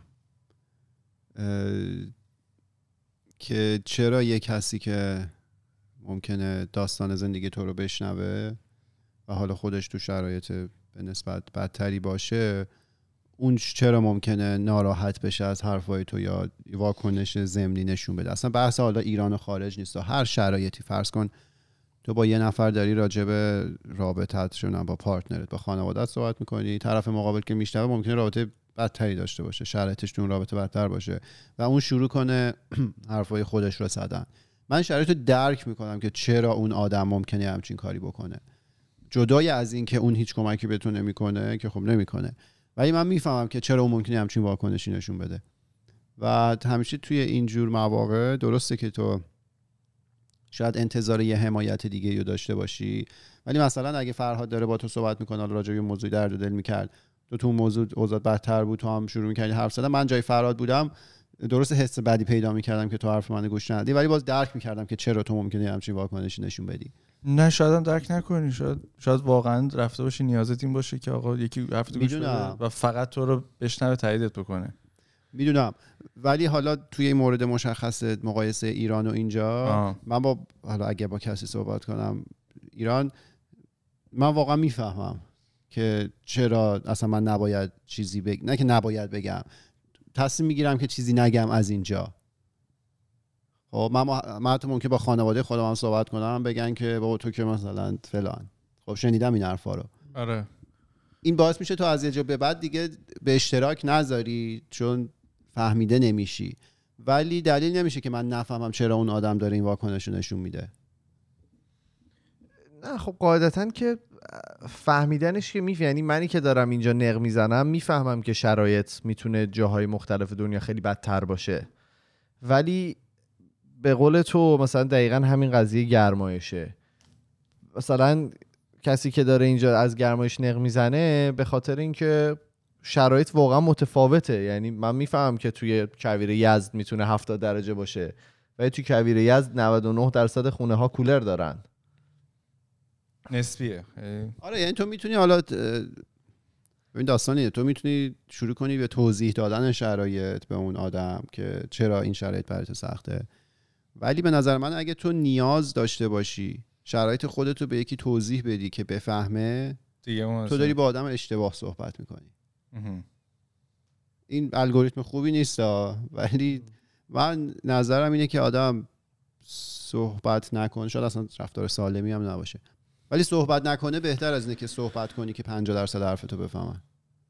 که چرا یه کسی که ممکنه داستان زندگی تو رو بشنوه و حالا خودش تو شرایط به نسبت بدتری باشه، اون چرا ممکنه ناراحت بشه از حرفای تو یا واکنش ضمنی نشون بده. اصلا بحث حالا ایران و خارج نیست، هر شرایطی. فرض کن تو با یه نفر داری راجع به رابطت شدن با پارتنرت، با خانوادت صحبت میکنی، طرف مقابل که میشنوه ممکنه رابطه بدتری داشته باشه، شرایطش تو اون رابطه بدتر باشه و اون شروع کنه حرفای خودش رو زدن. من شرایط رو درک میکنم که چرا اون آدم ممکنه همچین کاری بکنه، جدای از این که اون هیچ کمکی به تو نمیکنه که خب نمیکنه، ولی من میفهمم که چرا اون ممکنه همچین واکنشی نشون بده. و همیشه توی اینجور مواقع درسته که تو شاید انتظار یه حمایت دیگه رو داشته باشی، ولی مثلا اگه فرهاد داره با تو صحبت میکنه راجع به موضوع درد و دل میکرد، تو تو موضوع اوضاع بدتر بود، تو هم شروع میکردی حرف زدن، من جای فرهاد بودم درست حس بدی پیدا میکردم که تو حرف منو گوش ندی، ولی باز درک میکردم که چرا تو ممکنه همچین واکنشی نشون بدی. نه شاید هم درک نکنی، شاید شاید واقعا رفته باشی نیازت این باشه که آقا یکی حرفتو گوش بده و فقط تو رو بشنوه، تاییدت بکنه. میدونم، ولی حالا توی این مورد مشخص مقایسه ایران و اینجا آه. من با حالا اگه با کسی صحبت کنم ایران، من واقعا میفهمم که چرا اصلا من نباید چیزی بگم، نه که نباید بگم، تصمیم میگیرم که چیزی نگم از اینجا. خب من من حتی ممکنه با خانواده خودم هم صحبت کنم، بگن که بابا تو که مثلا فلان. خب شنیدم این حرفا رو. آره. این باعث میشه تو از یه جا به بعد دیگه به اشتراک نذاری چون فهمیده نمیشی، ولی دلیل نمیشه که من نفهمم چرا اون آدم داره این واکنش رو نشون میده. نه خب قاعدتاً که فهمیدنش که میفهمی، یعنی منی که دارم اینجا نق میزنم میفهمم که شرایط میتونه جاهای مختلف دنیا خیلی بدتر باشه، ولی به قول تو مثلا دقیقاً همین قضیه گرمایشه. مثلا کسی که داره اینجا از گرمایش نق میزنه به خاطر اینکه شرایط واقعا متفاوته. یعنی من میفهمم که توی کویر یزد میتونه هفتاد درجه باشه ولی توی کویر یزد نود و نه درصد خونه ها کولر دارن. نسبیه. آره یعنی تو میتونی حالا این داستانیه، تو میتونی شروع کنی به توضیح دادن شرایط به اون آدم که چرا این شرایط برای تو سخته، ولی به نظر من اگه تو نیاز داشته باشی شرایط خودتو به یکی توضیح بدی که بفهمه، تو داری با آدم اشتباه صحبت میکنی. این الگوریتم خوبی نیست، ولی من نظرم اینه که آدم صحبت نکنه، شاید اصلا رفتار سالمی هم نباشه، ولی صحبت نکنه بهتر از اینه که صحبت کنی که پنجاه درصد حرفتو بفهمن.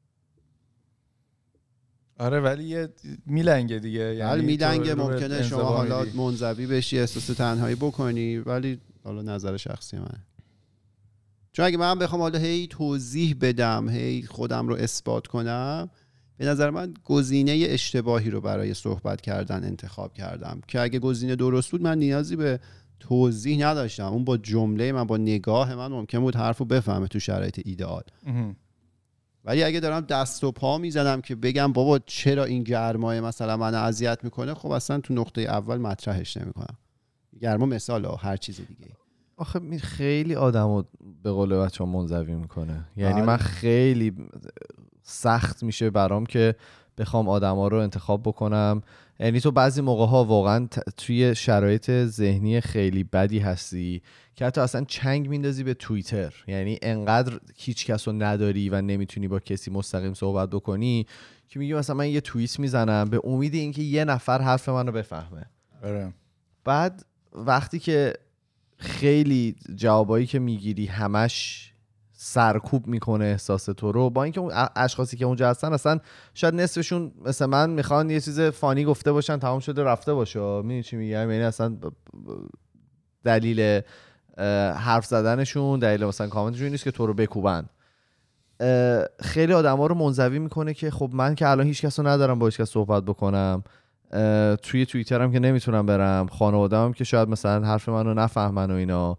آره ولی یه میلنگه دیگه، یعنی میلنگه، ممکنه شما حالا منزوی بشی، احساس تنهایی بکنی، ولی حالا نظر شخصی منه. چون اگه من بخوام حالا هی توضیح بدم، هی خودم رو اثبات کنم، به نظر من گزینه اشتباهی رو برای صحبت کردن انتخاب کردم که اگه گزینه درست بود من نیازی به توضیح نداشتم، اون با جمله من، با نگاه من ممکن بود حرفو بفهمه تو شرایط ایدئال. ولی اگه دارم دست و پا میزنم که بگم بابا چرا این گرمای مثلا منو اذیت میکنه، خب اصلا تو نقطه اول مطرحش نمیکنم. گرما مثال هر چیز دیگه. آخه خیلی آدمو به قول بچه‌ها منزوی میکنه. یعنی من خیلی سخت میشه برام که بخوام آدما رو انتخاب بکنم. یعنی تو بعضی موقع ها واقعا توی شرایط ذهنی خیلی بدی هستی که حتی اصلا چنگ میندازی به توییتر. یعنی انقدر هیچ کس رو نداری و نمیتونی با کسی مستقیم صحبت بکنی که میگی مثلا من یه توییت میزنم به امید اینکه یه نفر حرف منو بفهمه. آره. بعد وقتی که خیلی جوابایی که میگیری همش سرکوب میکنه احساس تو رو، با اینکه اون اشخاصی که اونجا هستن اصلا شاید نصفشون مثل من میخوان یه چیز فانی گفته باشن تمام شده رفته باشه. میدونی چی میگم؟ یعنی اصلا دلیل حرف زدنشون، دلیل مثلا کامنتشون نیست که تو رو بکوبن. خیلی آدما رو منزوی میکنه که خب من که الان هیچ کس رو ندارم با هیچ کس صحبت بکنم، توی توییترم که نمیتونم برم، خانواده‌ام که شاید مثلا حرف منو نفهمن و اینا،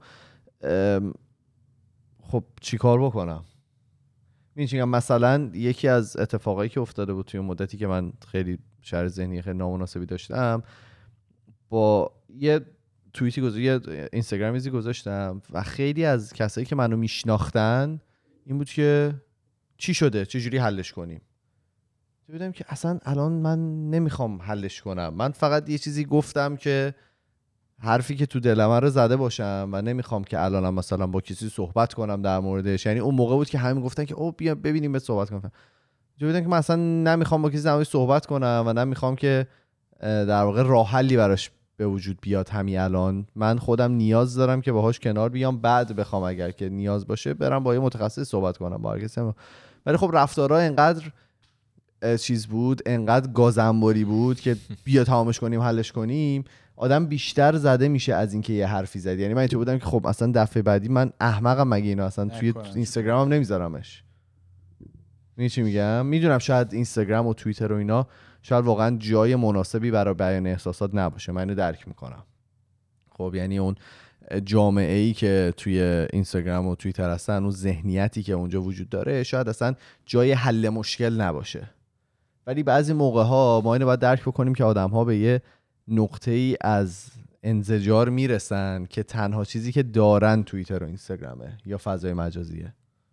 خب چی کار بکنم؟ می‌دونی مثلا یکی از اتفاقایی که افتاده بود توی مدتی که من خیلی شرایط ذهنی خیلی نامناسبی داشتم، با یه توییتی گذاشتم، یه اینستاگرامیزی گذاشتم و خیلی از کسایی که منو میشناختن این بود که چی شده؟ چه جوری حلش کنیم؟ دیدم که اصلا الان من نمیخوام حلش کنم. من فقط یه چیزی گفتم که حرفی که تو دلم رو زده باشم و نمیخوام که الانم مثلا با کسی صحبت کنم در موردش. یعنی اون موقع بود که همین گفتن که او بیا ببینیم به صحبت کنم. دیدم که من اصلا نمیخوام با کسی در موردش صحبت کنم و نمیخوام که در واقع راه حلی براش به وجود بیاد همین الان. من خودم نیاز دارم که باهاش کنار بیام، بعد بخوام اگر که نیاز باشه برم با یه متخصص صحبت کنم با هر کسی. ولی خب رفتارها اینقدر چیز بود، انقدر گازنباری بود که بیا تمامش کنیم حلش کنیم، آدم بیشتر زده میشه از اینکه یه حرفی زد. یعنی من اینطور بودم که خب اصلا دفعه بعدی من احمقم مگه اینو اصلا توی اینستاگرامم نمیذارمش. میدونی چی میگم؟ میدونم شاید اینستاگرام و توییتر و اینا شاید واقعا جای مناسبی برای بیان احساسات نباشه، من اینو درک میکنم. خب یعنی اون جامعه ای که توی اینستاگرام و توییتر هستن، اون ذهنیتی که اونجا وجود داره شاید اصلا جای حل مشکل نباشه. ولی بعضی موقع ها ما اینو باید درک بکنیم که آدم ها به یه نقطه ای از انزجار میرسن که تنها چیزی که دارن توییتر و اینستاگرامه یا فضای مجازیه.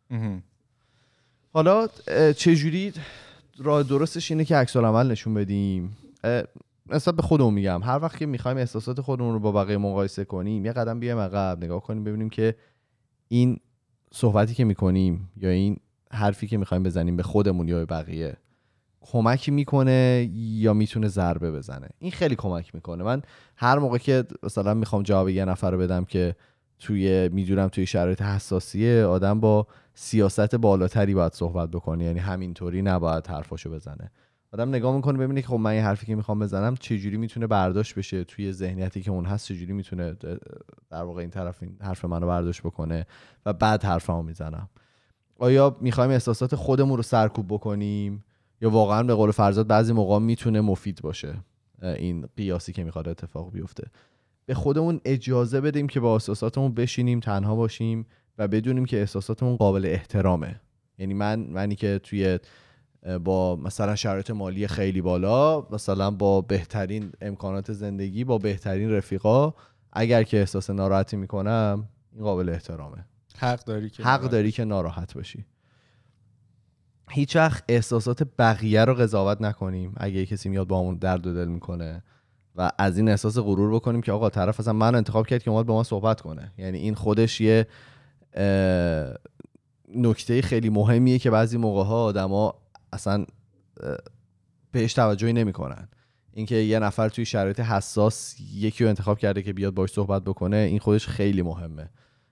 حالا چجوری راه درستش اینه که عکس العمل نشون بدیم. نسبت به خودمون میگم، هر وقت که میخوایم احساسات خودمون رو با بقیه مقایسه کنیم یه قدم بیایم عقب، نگاه کنیم ببینیم که این صحبتی که میکنیم یا این حرفی که میخوایم بزنیم به خودمون یا به بقیه کمکی میکنه یا میتونه ضربه بزنه. این خیلی کمک میکنه. من هر موقع که مثلا میخوام جواب یه نفر رو بدم که توی میدونم توی شرایط حساسیه، آدم با سیاست بالاتری باید صحبت بکنه، یعنی همینطوری نباید حرفاشو بزنه. آدم نگاه میکنه ببینه که خب من این حرفی که میخوام بزنم چجوری میتونه برداشت بشه توی ذهنیتی که اون هست، چجوری میتونه در واقع این طرف این حرف منو برداشت بکنه و بعد حرفمو میزنم. آیا میخوایم احساسات خودمون رو سرکوب بکنیم یا واقعا به قول فرزاد بعضی موقع میتونه مفید باشه این قیاسی که میخواد اتفاق بیفته؟ به خودمون اجازه بدیم که با احساساتمون بشینیم تنها باشیم و بدونیم که احساساتمون قابل احترامه. یعنی من منی که توی با مثلا شرایط مالی خیلی بالا، مثلا با بهترین امکانات زندگی، با بهترین رفیقا، اگر که احساس ناراحتی میکنم این قابل احترامه. حق داری که حق داری که ناراحت باشی. هیچ وقت احساسات بقیه رو قضاوت نکنیم. اگه کسی میاد با همون درد و دل میکنه و از این احساس غرور بکنیم که آقا طرف اصلا من انتخاب کرد که اومد با ما صحبت کنه. یعنی این خودش یه نکته خیلی مهمیه که بعضی موقع‌ها آدما اصلا بهش توجهی نمیکنن. اینکه یه نفر توی شرایط حساس یکی رو انتخاب کرده که بیاد باهاش صحبت بکنه، این خودش خیلی مهمه.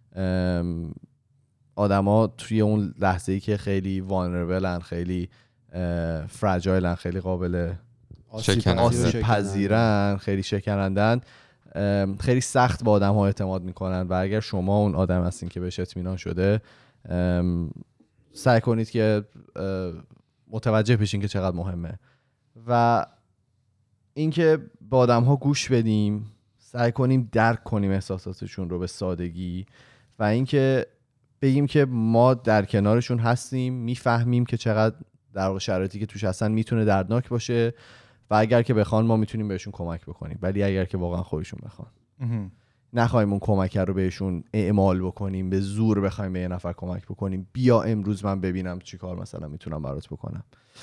آدما توی اون لحظه‌ای که خیلی وانربلن، خیلی فراجایلن، خیلی قابل آسیب پذیرن، خیلی شکنندن، خیلی سخت با آدم‌ها اعتماد میکنن و اگر شما اون آدم هستین که بهش اطمینان شده، سعی کنید که متوجه بشین که چقدر مهمه. و اینکه با آدم‌ها گوش بدیم، سعی کنیم درک کنیم احساساتشون رو به سادگی و اینکه بگیم که ما در کنارشون هستیم، میفهمیم که چقدر در واقع شرایطی که توش هستن میتونه دردناک باشه و اگر که بخوان ما میتونیم بهشون کمک بکنیم، ولی اگر که واقعا خودشون بخوان. نخوایم اون کمک رو بهشون اعمال بکنیم، به زور بخوایم به یه نفر کمک بکنیم بیا امروز من ببینم چی کار مثلا میتونم برات بکنم.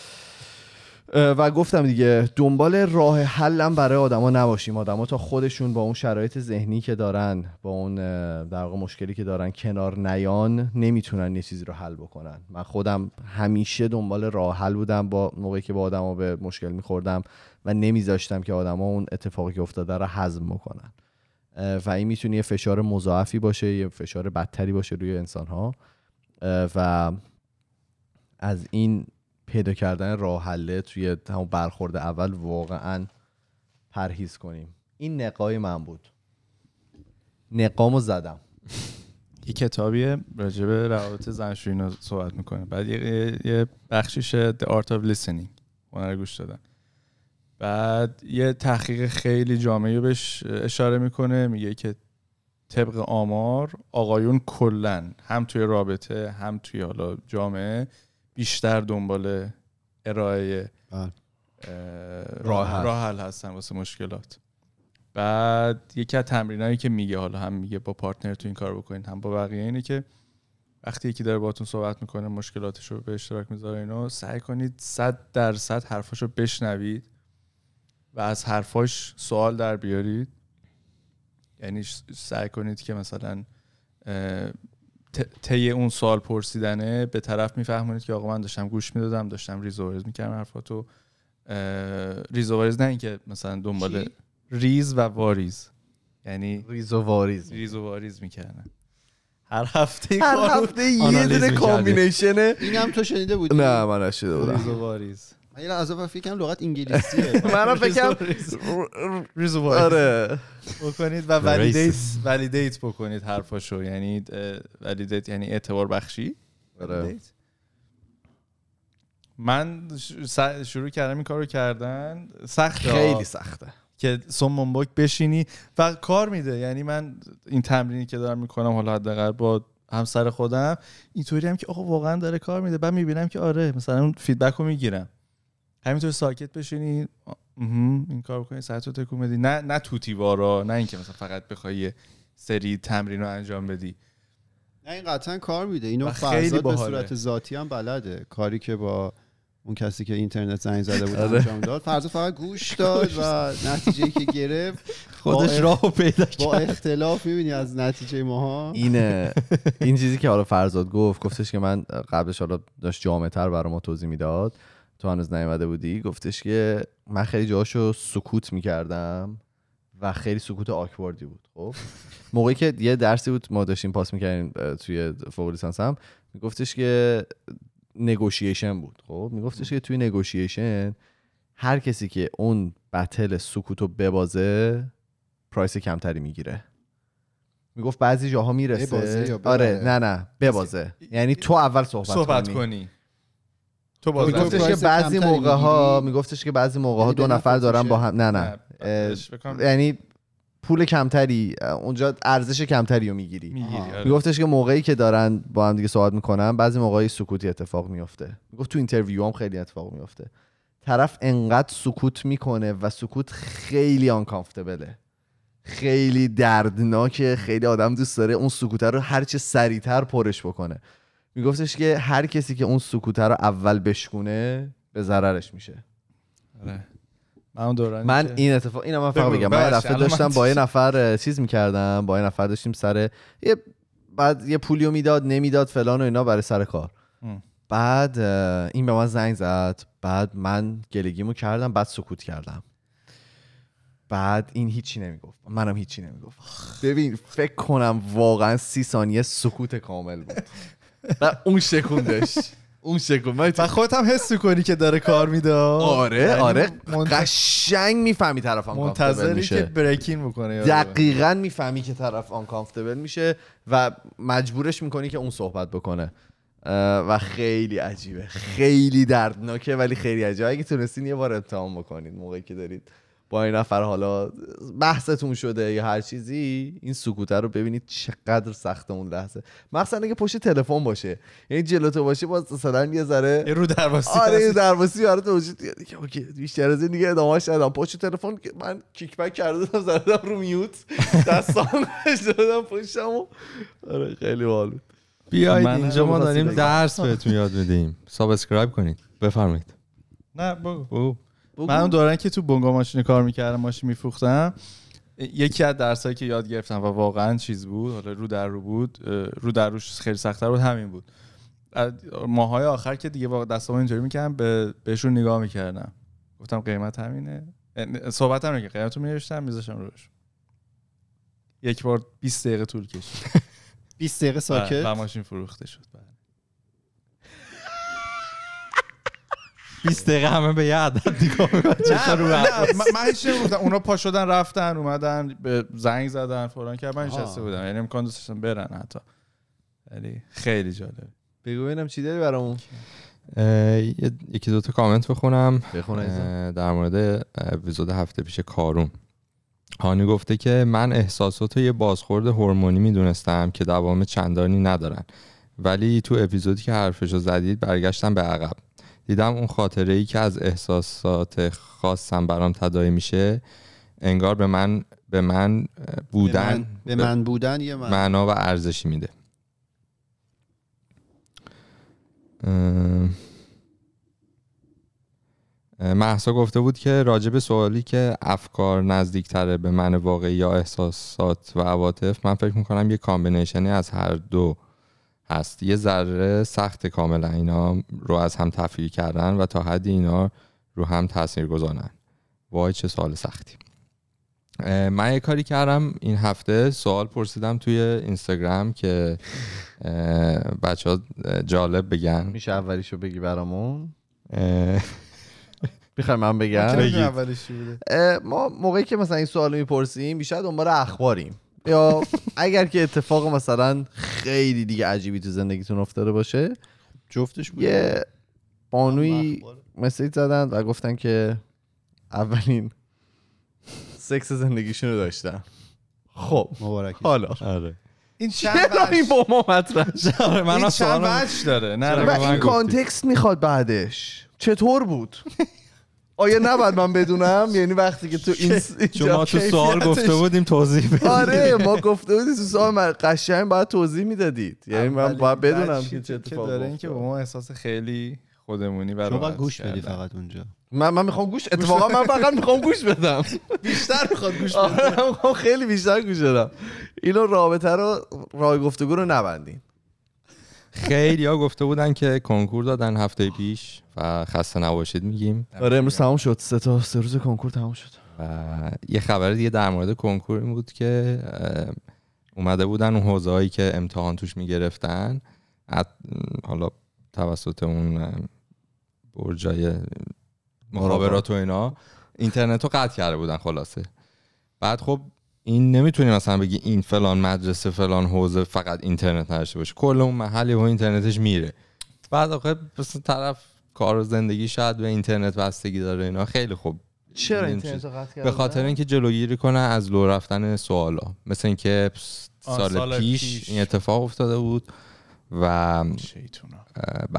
و گفتم دیگه دنبال راه حلم برای آدما نباشیم. آدما تا خودشون با اون شرایط ذهنی که دارن، با اون در واقع مشکلی که دارن کنار نیان، نمیتونن یه چیزی رو حل بکنن. من خودم همیشه دنبال راه حل بودم با موقعی که با آدما به مشکل میخوردم و نمیذاشتم که آدما اون اتفاقی که افتاده رو هضم بکنن و این میتونه یه فشار مضاعفی باشه، یه فشار بدتری باشه روی انسان‌ها و از این پیدا کردن راه حل توی همون برخورد اول واقعا پرهیز کنیم. این نقای من بود، نقامو زدم. یه کتابیه راجع به روابط زناشویی رو صحبت میکنه، بعد یه, یه بخشیش The Art of Listening هنر گوش دادن، بعد یه تحقیق خیلی جامعی بهش اشاره میکنه، میگه که طبق آمار آقایون کلن هم توی رابطه هم توی حالا جامعه بیشتر دنبال ارائه راه حل هستن واسه مشکلات. بعد یکی از تمرینایی که میگه، حالا هم میگه با پارتنر تو این کار بکنین هم با بقیه، اینه که وقتی یکی داره باهاتون صحبت میکنه مشکلاتش رو به اشتراک میذاره اینو، سعی کنید صد درصد حرفاشو بشنوید و از حرفاش سوال در بیارید. یعنی سعی کنید که مثلا طی اون سوال پرسیدنه به طرف میفهمونید که آقا من داشتم گوش میدادم، داشتم ریز و واریز میکردم حرفاتو. ریز و واریز نه این که مثلا دنبال چی؟ ریز و واریز، یعنی ریز و واریز ریز و واریز میکردن هر هفته هر هفته یه دونه کامبینیشنه. اینم تو شنیده بودی؟ نه من نشیده بودم. ریز و واریز من از فکر کنم لغت انگلیسیه. منم فکر ریز و واریز آره بکنید و ولیدیت ولیدیت بکنید حرفاشو. یعنی ولیدیت یعنی اعتبار بخشی. آره. من شروع کردم این کارو کردن، سخته، خیلی سخته که سومون باک بشینی و کار میده. یعنی من این تمرینی که دارم میکنم حالا حداقل با همسر خودم اینطوری هم که آقا واقعا داره کار میده، بعد میبینم که آره مثلا اون فیدبک رو میگیرم. همینطور ساکت بشینی این کار بکنی، ساعت رو تکون بدی، نه نه توتیوارا، نه اینکه مثلا فقط بخوای یه سری تمرین رو انجام بدی. نه این قطعا کار میده. اینو فرزاد به صورت ذاتی هم بلده. کاری که با اون کسی که اینترنت زنگ زده بود انجام داد، فرزاد فقط گوش داد و نتیجه‌ای که گرفت خودش راهو پیدا کرد. با اختلاف می‌بینی از نتیجه ماها. اینه این چیزی که حالا فرزاد گفت، گفتش که من قبلش حالا داشت جامع‌تر برای ما توضیح میداد، تو هنوز نیومده بودی، گفتش که من خیلی جاهاشو سکوت میکردم و خیلی سکوت آکواردی بود. خب موقعی که یه درسی بود ما داشتیم پاس میکردیم توی فوق لیسانس هم، میگفتش که نگوشیشن بود. خب میگفتش که توی نگوشیشن هر کسی که اون بتل سکوتو ببازه پرایس کمتری میگیره. میگفت بعضی جاها میرسه آره نه نه ببازه، یعنی تو اول صحبت, صحبت کنی, کنی. تو باز میگفتش که بعضی موقع ها میگفتش که بعضی موقع ها دو نفر دارن با هم نه نه, نه. یعنی پول کمتری اونجا ارزش کمتری رو میگیری. میگفتش که موقعی که دارن با هم دیگه صحبت میکنن بعضی موقعی سکوتی اتفاق میفته. میگفت تو اینترویو هم خیلی اتفاق میفته، طرف انقدر سکوت میکنه و سکوت خیلی آنکامفتبله، خیلی دردناکه، خیلی آدم دوست داره اون سکوته رو هرچه سریعتر پرش بکنه. میگفتش که هر کسی که اون سکوته رو اول بشکونه به ضررش میشه. آره من دورانی من که... این اتفاق اینم من فقط بگم، من رفته داشتم با یه نفر چیز میکردم، با یه نفر داشتیم سر یه بعد یه پولیو میداد نمیداد فلان و اینا برای سر کار ام. بعد این به من زنگ زد، بعد من گلگیمو کردم، بعد سکوت کردم، بعد این هیچی نمیگفت، منم هیچی نمیگفت. ببین فکر کنم واقعا سی ثانیه سکوت کامل بود و اون شکوندش اون شکل و خودت هم حس می‌کنی که داره کار میده. آره آره قشنگ میفهمی طرف آن کامفتبل میشه، که بریکین بکنه. دقیقاً میفهمی که طرف آن کامفتبل میشه و مجبورش میکنی که اون صحبت بکنه و خیلی عجیبه، خیلی دردناکه ولی خیلی عجیبه. اگه تونستین یه بار امتحان بکنید موقعی که دارید با این نفر حالا بحثتون شده یا هر چیزی، این سکوت رو ببینید چقدر سخته اون لحظه، مثلا اگه پشت تلفن باشه، یعنی جلوتو باشه باز مثلا یه ذره یه رو درواسی، آره یه درواسی برات وجود میاد که اوکی بیشتر از این دیگه ادامهش ندادم. پشت تلفن من کیک بک کرده بودم زدم رو میوت دستام دادم پشتمو. آره خیلی باحال بود. بیایید من اینجا ما داریم بگم. درس بهتون یاد میدیم. سابسکرایب کنید. بفرمایید. نه بگو. بگو. من اون دوران که تو بونگا ماشین کار میکردم، ماشین میفروختم، یکی از درسایی که یاد گرفتم و واقعا چیز بود، حالا رو در رو بود، رو در روش خیلی سخت‌تر بود، همین بود. ماهای آخر که دیگه واقعا دستام اینطوری میکردم، به بهشون نگاه میکردم، گفتم قیمت همینه، صحبتم رو که قیمتو می‌نوشتم میذاشتم روش. یک بار بیست دقیقه طول کشید. بیست دقیقه ساکت و ماشین فروخته شد. بیست دقیقه همه به یه عدد نگاه می‌کنن. نه من هیچ نمیگفتم، اونا پا شدن رفتن اومدن به زنگ زدن فلان که من نشسته بودم، یعنی امکان داشتن برن حتی. ولی خیلی جالب. بگو ببینم چی داری برامون. یکی دو تا کامنت بخونم. بخون عزیزم. در مورد اپیزود هفته پیش کارون، هانی گفته که من احساسات یه بازخورد هورمونی میدونستم که دوام چندانی ندارن، ولی تو اپیزودی که حرفشو زدید برگشتم به عقب، دیدم اون خاطره‌ای که از احساسات خاصم برام تداعی میشه انگار به من به من بودن به من, به من بودن یه من. معنا و ارزشی میده. مهسا گفته بود که راجع به سوالی که افکار نزدیکتره به من واقعی یا احساسات و عواطف، من فکر میکنم یه کامبینیشنی از هر دو هست. یه ذره سخت کاملا اینا رو از هم تفکیک کردن و تا حدی اینا رو هم تاثیر گذارن. وای چه سوال سختی. من یه کاری کردم این هفته، سوال پرسیدم توی اینستاگرام که بچه ها جالب بگن. میشه اولیشو بگی برامون؟ میخوای من بگم؟ ما موقعی که مثلا این سوالو میپرسیم بیشتر دنبال اخباریم، یا اگر که اتفاق مثلا خیلی دیگه عجیبی تو زندگیتون افتاده باشه، جفتش بود. یه بانوی مسیج زدن و گفتن که اولین سکس زندگیشون رو داشتن. خب مبارک. حالا آره این چند این با ما مطرح شده؟ من این چند وجه داره؟ نه و این کانتکست میخواد بعدش چطور بود؟ آیا نباید من بدونم؟ یعنی وقتی که تو این چون ما تو سوال گفته بودیم توضیح بدید. آره ما گفته بودیم تو سوال قشنگ باید توضیح میدادید، یعنی من باید بدونم که چه اتفاقی داره. این که با ما احساس خیلی خودمونی برای شما گوش بدی فقط اونجا. من من میخوام گوش اتفاقا من فقط میخوام گوش بدم. بیشتر میخواد گوش بدم. بده. من میخوام خیلی بیشتر گوش بدم. اینو رابطه رو راه گفتگو رو نبندین. خیلی ها گفته بودن که کنکور دادن هفته پیش و خسته نباشید میگیم. آره امروز تمام شد، سه تا سه روز کنکور تمام شد. و یه خبر دیگه در مورد کنکور این بود که اومده بودن اون حوزه‌هایی که امتحان توش میگرفتن، حالا توسط اون برجای مخابرات و اینا اینترنت رو قطع کرده بودن خلاصه. بعد خب این نمیتونی مثلا بگی این فلان مدرسه فلان حوزه فقط اینترنت نداشته باشه، کل اون محلی و اینترنتش میره. بعد آخه مثلا طرف کار و زندگی شاید به اینترنت بستگی داره اینا. خیلی خوب چرا اینترنت رو قطع کردن؟ به خاطر اینکه جلوگیری کنه از لو رفتن سوالا، مثل اینکه سال, سال پیش, پیش این اتفاق افتاده بود و بله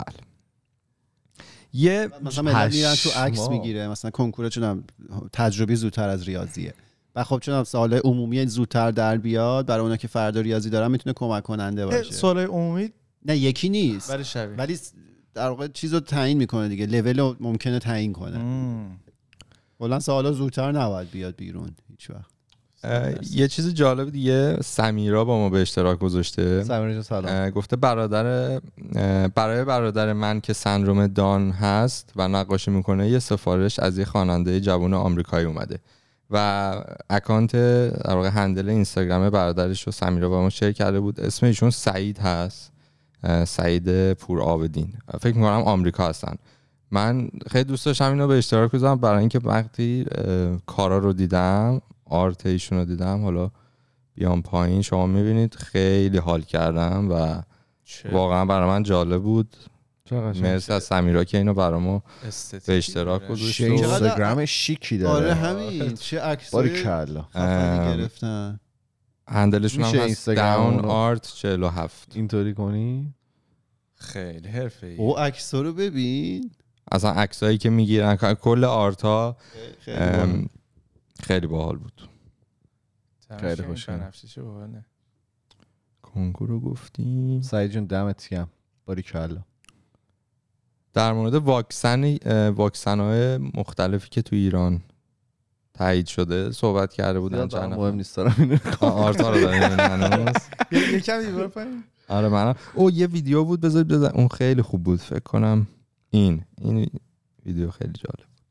یه مثلا مدل میرن تو عکس میگیره، مثلا کنکور چونم تجربی زودتر از ریاضیه و خب چونم سوال عمومی زودتر در بیاد برای اونا که فردا ریاضی دارن میتونه کمک کننده باشه. سوال عمومی نه یکی نیست ولی شبیه، ولی در واقع چیزو تعیین میکنه دیگه، لول ممکنه تعیین کنه. کلا سوالا زودتر نباید بیاد بیرون هیچ وقت. یه چیز جالب دیگه سمیرا با ما به اشتراک گذاشته. سمیرا سلام. گفته برادر برای برادر من که سندروم دان هست و نقاشی میکنه یه سفارش از یه خواننده جوان آمریکایی اومده و اکانت در واقع هندل اینستاگرام برادرش رو سمیرا با ما شیر کرده بود. اسم ایشون سعید هست، سعید پور آبدین، فکر میکنم آمریکا هستن. من خیلی دوست داشتم اینو به اشتراک بذارم برای اینکه وقتی کارا رو دیدم، آرت ایشون رو دیدم، حالا بیام پایین شما میبینید خیلی حال کردم و واقعا برای من جالب بود. مرسی از سمیرا که اینو برامو به اشتراک گذاشت. اینستاگرام شیکی داره. آره همین چه عکسای باریکلا خفنی گرفتن. هندلشون هم هست داون آرت چهل و هفت. اینطوری کنی خیلی حرفه‌ای. او عکسا رو ببین، اصلا عکسایی که میگیرن کل آرتا خیلی, خیلی باحال بود. خیلی خوشگل. بنفشیشه باحاله. کنکورو گفتیم. سعید جون دمت گرم. باریکلا. در مورد واکسن واکسن‌های مختلفی که تو ایران تایید شده صحبت کرده بودن چند مهم نیست دارم اینو آرتا رو داریم هنوز یکم دیوار پایین. آره من او یه ویدیو بود بذارید بذار اون خیلی خوب بود فکر کنم این این ویدیو خیلی جالب بود.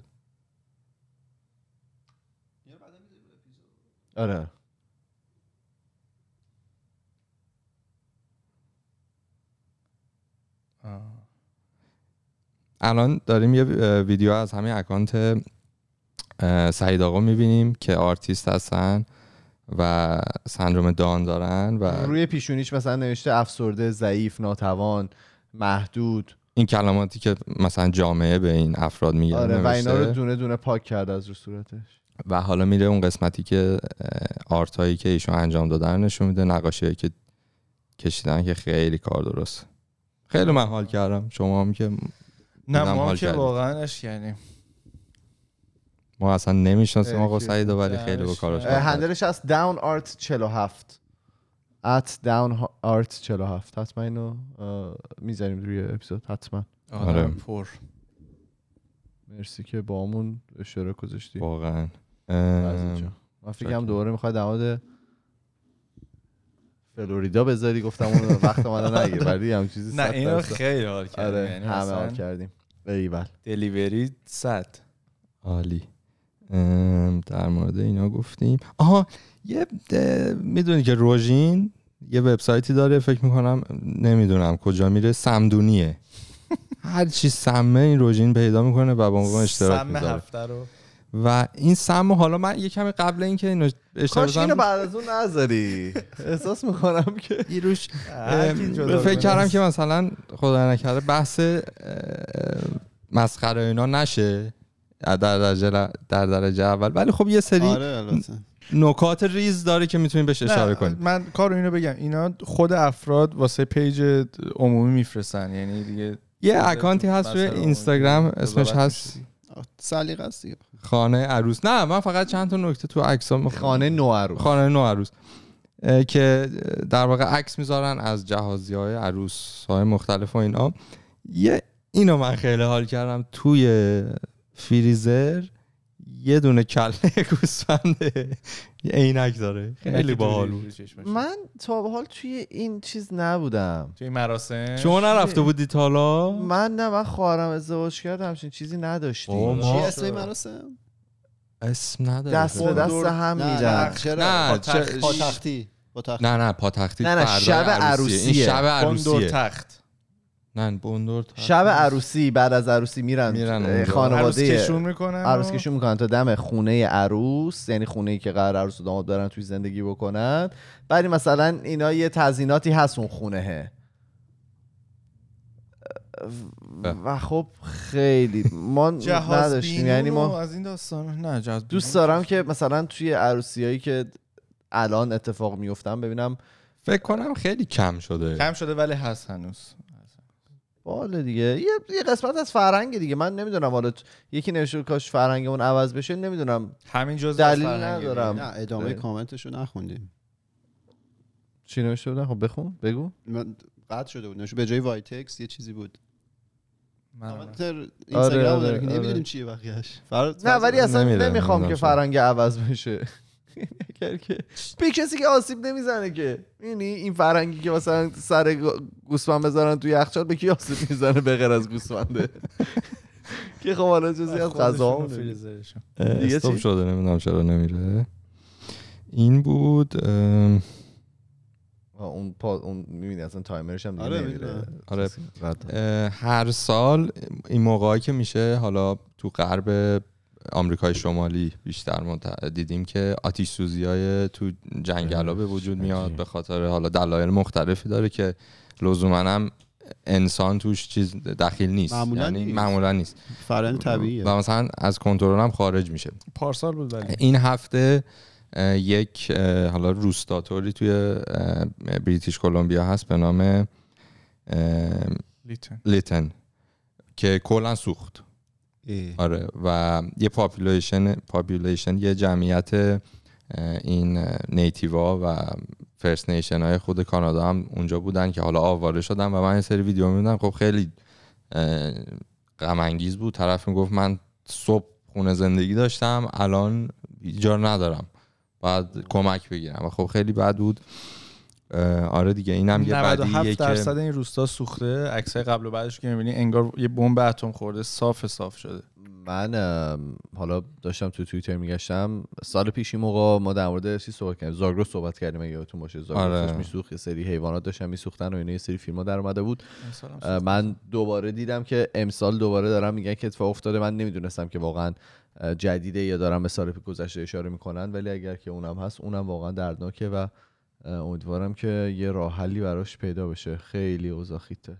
آره الان داریم یه ویدیو از همین اکانت سعید آقا میبینیم که آرتیست هستن و سندروم دان دارن و روی پیشونیش مثلا نوشته افسرده، ضعیف، ناتوان، محدود، این کلماتی که مثلا جامعه به این افراد میگه. آره و اینا رو دونه دونه پاک کرده از رو صورتش و حالا میره اون قسمتی که آرتایی که ایشون انجام دادن نشون میده، نقاشیایی که کشیدن که خیلی کار درست. خیلی من حال کردم. شما هم که نه ما که واقعا اش کردیم. ما اصلا نمیشناسیم آقا سعید ولی خیلی با کاراش هندلش هست داون آرت چهل و هفت ات داون آرت چهل و هفت. حتما اینو میذاریم روی اپیزود حتما. آره پر. مرسی که با همون اشتراک گذاشتی واقعا. من فکرم دوباره میخواد در مورد فلوریدا بذاری، گفتم اون وقت منو نگیر ولی هم چیزی نه اینو خیلی حال کردیم. آره یعنی همه حال کردیم. ایول دلیوری صد عالی. در مورد اینا گفتیم. آها یه میدونی که روژین یه وبسایتی داره فکر میکنم نمیدونم کجا میره، سمدونیه. هر چی سمه این روژین پیدا میکنه و با ما اشتراک میذاره. سم هفته رو و این سم حالا من یه کمی قبل اینکه اینو اشتراک بزنم کاش اینو بعد از اون نذاری. احساس میکنم که یه روش فکر کردم که مثلا خدا نکرده بحث مسخره اینا نشه در درجه در درجه اول، ولی خب یه سری آره نکات ریز داره که میتونیم بهش اشاره کنیم. من کارو اینو بگم، اینا خود افراد واسه پیج عمومی میفرستن، یعنی دیگه یه اکانتی هست روی اینستاگرام اسمش هست سلیقه است خانه عروس. نه من فقط چند تا نکته تو عکسام خانه نو عروس خانه نو عروس که در واقع عکس میذارن از جهازی‌های عروس‌های مختلف و اینا. یه اینو من خیلی حال کردم، توی فریزر یه دونه کله گوسفنده یه عینک داره، خیلی باحال بود. من تا به حال توی این چیز نبودم، توی مراسم. شما نرفته بودی تا حالا؟ من نه، من خواهرم ازدواج کرد همچین چیزی نداشتیم. چی اسم مراسم؟ اسم نداره. دست به دست هم میرن. نه پاتختی. نه نه پاتختی نه نه شب عروسیه. این شب عروسیه. تخت. نه بندر شب عروسی، بعد از عروسی میرن, میرن خانواده عروس کشون میکنن عروس کشون میکنن تا دم خونه عروس، یعنی خونه‌ای که قرار عروس و داماد برن توی زندگی بکنن. بعد مثلا اینا یه تزییناتی هست اون خونهه و خب خیلی ما نداشتیم، یعنی ما از این داستان نه جهاز دوست دارم که مثلا توی عروسیایی که الان اتفاق میفتن ببینم. فکر کنم خیلی کم شده کم شده ولی هست هنوز. باله دیگه یه یه قسمت از فرهنگ دیگه. من نمیدونم حالا یکی نوشته کاش فرهنگمون عوض بشه، نمیدونم همین جزء دلیل ندارم. نه ادامه کامنتشو نخوندیم. چی نوشته بودن؟ خب بخون بگو. من قطع شده بود نوشته به جای وایتکس یه چیزی بود. کامنت اینستاگرام آره داره که نمیدونیم چیه بقیه‌اش. نه ولی اصلا نمیخوام که فرهنگ عوض بشه. اگر که به کسی که آسیب نمیزنه که یعنی این فرهنگی که مثلا سر گوسفند بذارن توی یخچال به کی آسیب میزنه به غیر از گوسفنده که خب حالا جزئی از غذا دیگه استاپ شده، نمیدونم چرا نمیره. این بود اون پا اون میبینی اصلا تایمرش هم دیگه آره نمیره. آره هر سال این موقعی که میشه حالا تو غرب آمریکای شمالی بیشتر ما دیدیم که آتش سوزی‌های تو جنگلا به وجود میاد، به خاطر حالا دلایل مختلفی داره که لزوما هم انسان توش چیز دخیل نیست، معمولا یعنی نیست. معمولا نیست فرآیند طبیعیه و مثلا از کنترل هم خارج میشه. پارسال بود ولی این هفته یک حالا روستاتوری توی بریتیش کلمبیا هست به نام لیتن لیتن که کلا سوخت. ای. آره و یه پاپولیشن پاپولیشن یه جمعیت این نیتیوا و فرست نیشن های خود کانادا هم اونجا بودن که حالا آواره شدن و من یه سری ویدیو می‌دیدم. خب خیلی غم انگیز بود. طرف میگفت من صبح خونه زندگی داشتم الان ایجار ندارم باید کمک بگیرم و خب خیلی بد بود. آره دیگه اینم یه بدیه که نود و هفت درصد این روستا سوخته. عکسای قبل و بعدش که می‌بینی انگار یه بمب اتم خورده، صاف صاف شده. من حالا داشتم تو توییتر میگشتم سال پیش این موقع ما در مورد چی صحبت کردیم، زاگرس صحبت کردیم اگه یادتون باشه. زاگرس آره. میسوخت، یه سری حیوانات داشتن میسوختن و اینا، یه سری فیلم‌ها در اومده بود. من دوباره دیدم که امسال دوباره دارم میگن که اتفاق افتاده. من نمیدونستم که واقعا جدیده یا دارم به سال گذشته اشاره میکنن، ولی اگر که اونم هست اونم واقعا دردناکه و امیدوارم که یه راه حلی براش پیدا بشه. خیلی اوضاع خیته.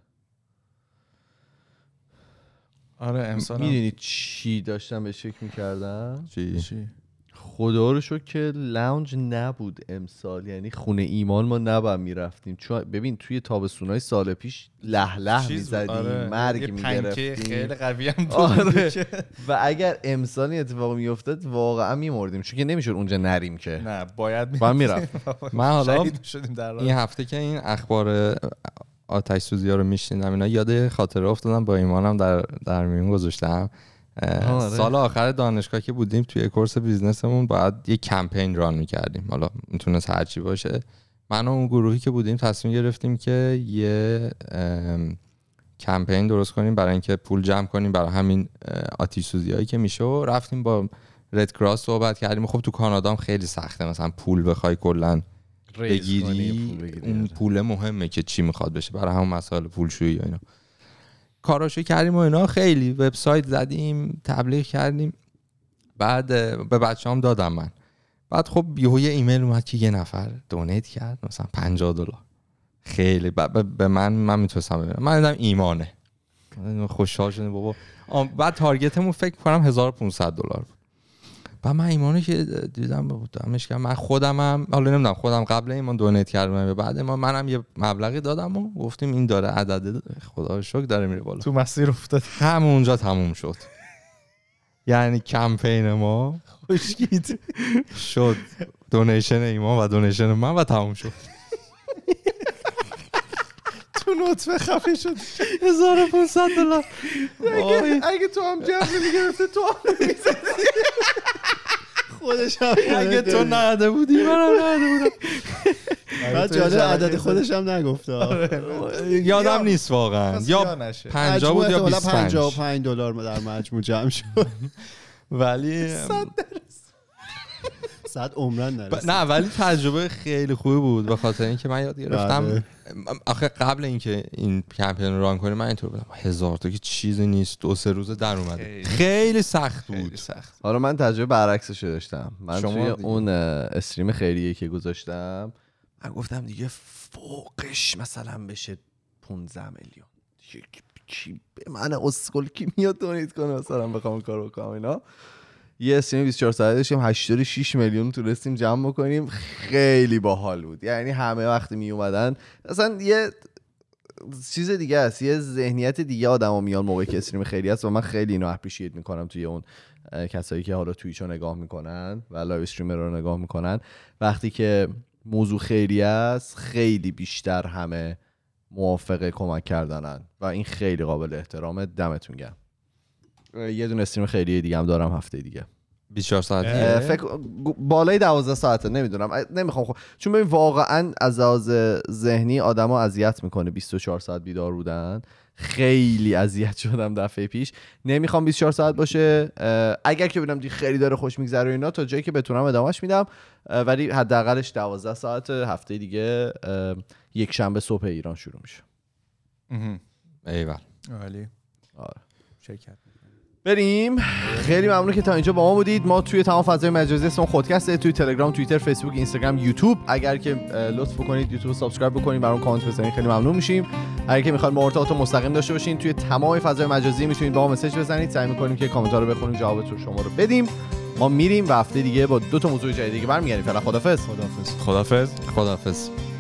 آره امسال میدونی چی داشتم بهش فکر میکردم؟ چی؟ چی؟ خدا رو شکر که لاونج نبود امسال، یعنی خونه ایمان ما نباید میرفتیم، چون ببین توی تابستونای سال پیش له له میزدیم. آره. مرگ میگرفتیم خیلی قوی هم آره. و اگر امسال این اتفاق میافتاد واقعا میمردیم، چون که نمیشد اونجا نریم که نه باید باید میرفت. من حالا در این هفته که این اخبار آتش سوزی ها رو میشنیدم اینا یاد خاطره افتادم با ایمانم در در میون گذاشتم. سال آخر دانشگاه که بودیم توی کورس بیزنسمون باید یه کمپین ران میکردیم، حالا میتونست هرچی باشه. من و اون گروهی که بودیم تصمیم گرفتیم که یه کمپین درست کنیم برای اینکه پول جمع کنیم برای همین آتش سوزی هایی که میشه و رفتیم با رد کراس صحبت کردیم. خب تو کانادا هم خیلی سخته مثلا پول بخوای کلا بگیری، اون پول مهمه که چی میخواد بشه برای همون مسائل پولشویی و اینا. کاراشو کردیم و اینا، خیلی وبسایت زدیم، تبلیغ کردیم. بعد به بچه‌ام دادم من. بعد خب یهو یه ایمیل اومد که یه نفر دونیت کرد مثلا پنجاه دلار. خیلی به من من میتونستم ببینم. من دیدم ایمانه. خوشحال شدم بابا. بعد تارگتمون فکر کنم هزار و پانصد دلار بود. و من ایمانو که دیدم بودمش که من خودمم حالا نمیدونم خودم قبل ایمان دونیت کردم بعد ما منم یه مبلغی دادم و گفتیم این داره عدد خدا رو شکر داره میره بالا. تو مسیر افتاد همونجا تموم شد. یعنی کمپین ما خوشگید شد دونیشن ایمان و دونیشن من و تموم شد. تو نطفه خفه شد هزار و پانصد دلار. اگه تو هم جمع میگرفته تو هم میزدی خودش هم اگه تو نهده بودی منم نهده بودم. بعد جالب عدد خودش هم نگفته. یادم نیست واقعا یا پنجاه بود یا بیست و پنج. پنجاه و پنج دلار در مجموع جمع شد. ولی صد عمرن نرسید. نه ولی تجربه خیلی خوبی بود به خاطر اینکه من یاد گرفتم. آخه قبل اینکه این کمپین رو ران کنیم من اینطور بودم هزار تا که چیزی نیست، دو سه روزه در اومده. خیلی سخت بود. خیلی سخت. حالا من تجربه برعکسش داشتم. من توی دیگه. اون استریم خیریه که گذاشتم من گفتم دیگه فوقش مثلا بشه پانزده میلیون کی به من اسکل کی میاد دونیت کنه مثلا بخوام کارو کنم اینا. یه استریم بیست و چهار ساعته داشتیم هشتاد و شش میلیون تونستیم جمع بکنیم. خیلی باحال بود. یعنی همه وقتی می اومدن اصلا یه چیز دیگه است، یه ذهنیت دیگه آدما میان موقعی که استریم خیلی است و من خیلی اینو اپریشییت میکنم توی اون کسایی که حالا توییچ رو نگاه میکنن و لایو استریمر رو نگاه میکنن. وقتی که موضوع خیلی است خیلی بیشتر همه موافق کمک کردنن و این خیلی قابل احترامه. دمتون گرم. یه دونه استریم خیلی دیگه هم دارم هفته دیگه بیست و چهار ساعته فکر بالای دوازده ساعته نمیدونم نمیخوام خب چون ببین واقعا از لحاظ ذهنی آدمو اذیت میکنه بیست و چهار ساعت بیدار بودن. خیلی اذیت شدم دفعه پیش. نمیخوام بیست و چهار ساعت باشه. اگر که ببینم دی خیلی داره خوش میگذره اینا تا جایی که بتونم ادامهش میدم، ولی حداقلش دوازده ساعت. هفته دیگه یک شنبه صبح ایران شروع میشه. ایول عالی. آره شرکت بریم. خیلی ممنون که تا اینجا با ما بودید. ما توی تمام فضای مجازی اسم خودکسته، توی تلگرام، توییتر، فیسبوک، اینستاگرام، یوتیوب. اگر که لطف بکنید یوتیوب سابسکرایب بکنید، برام کامنت بزنید، خیلی ممنون میشیم. اگر که میخواید ارتباط مستقیم داشته باشین توی تمام فضای مجازی میتونید با ما مسیج بزنید. سعی میکنیم که کامنت ها رو بخونیم، جوابتون شما رو بدیم. ما میریم و هفته دیگه با دو تا موضوع جدید دیگه برمیگردیم. فعلا خدافظ. خدافظ. خدافظ. خداحافظ.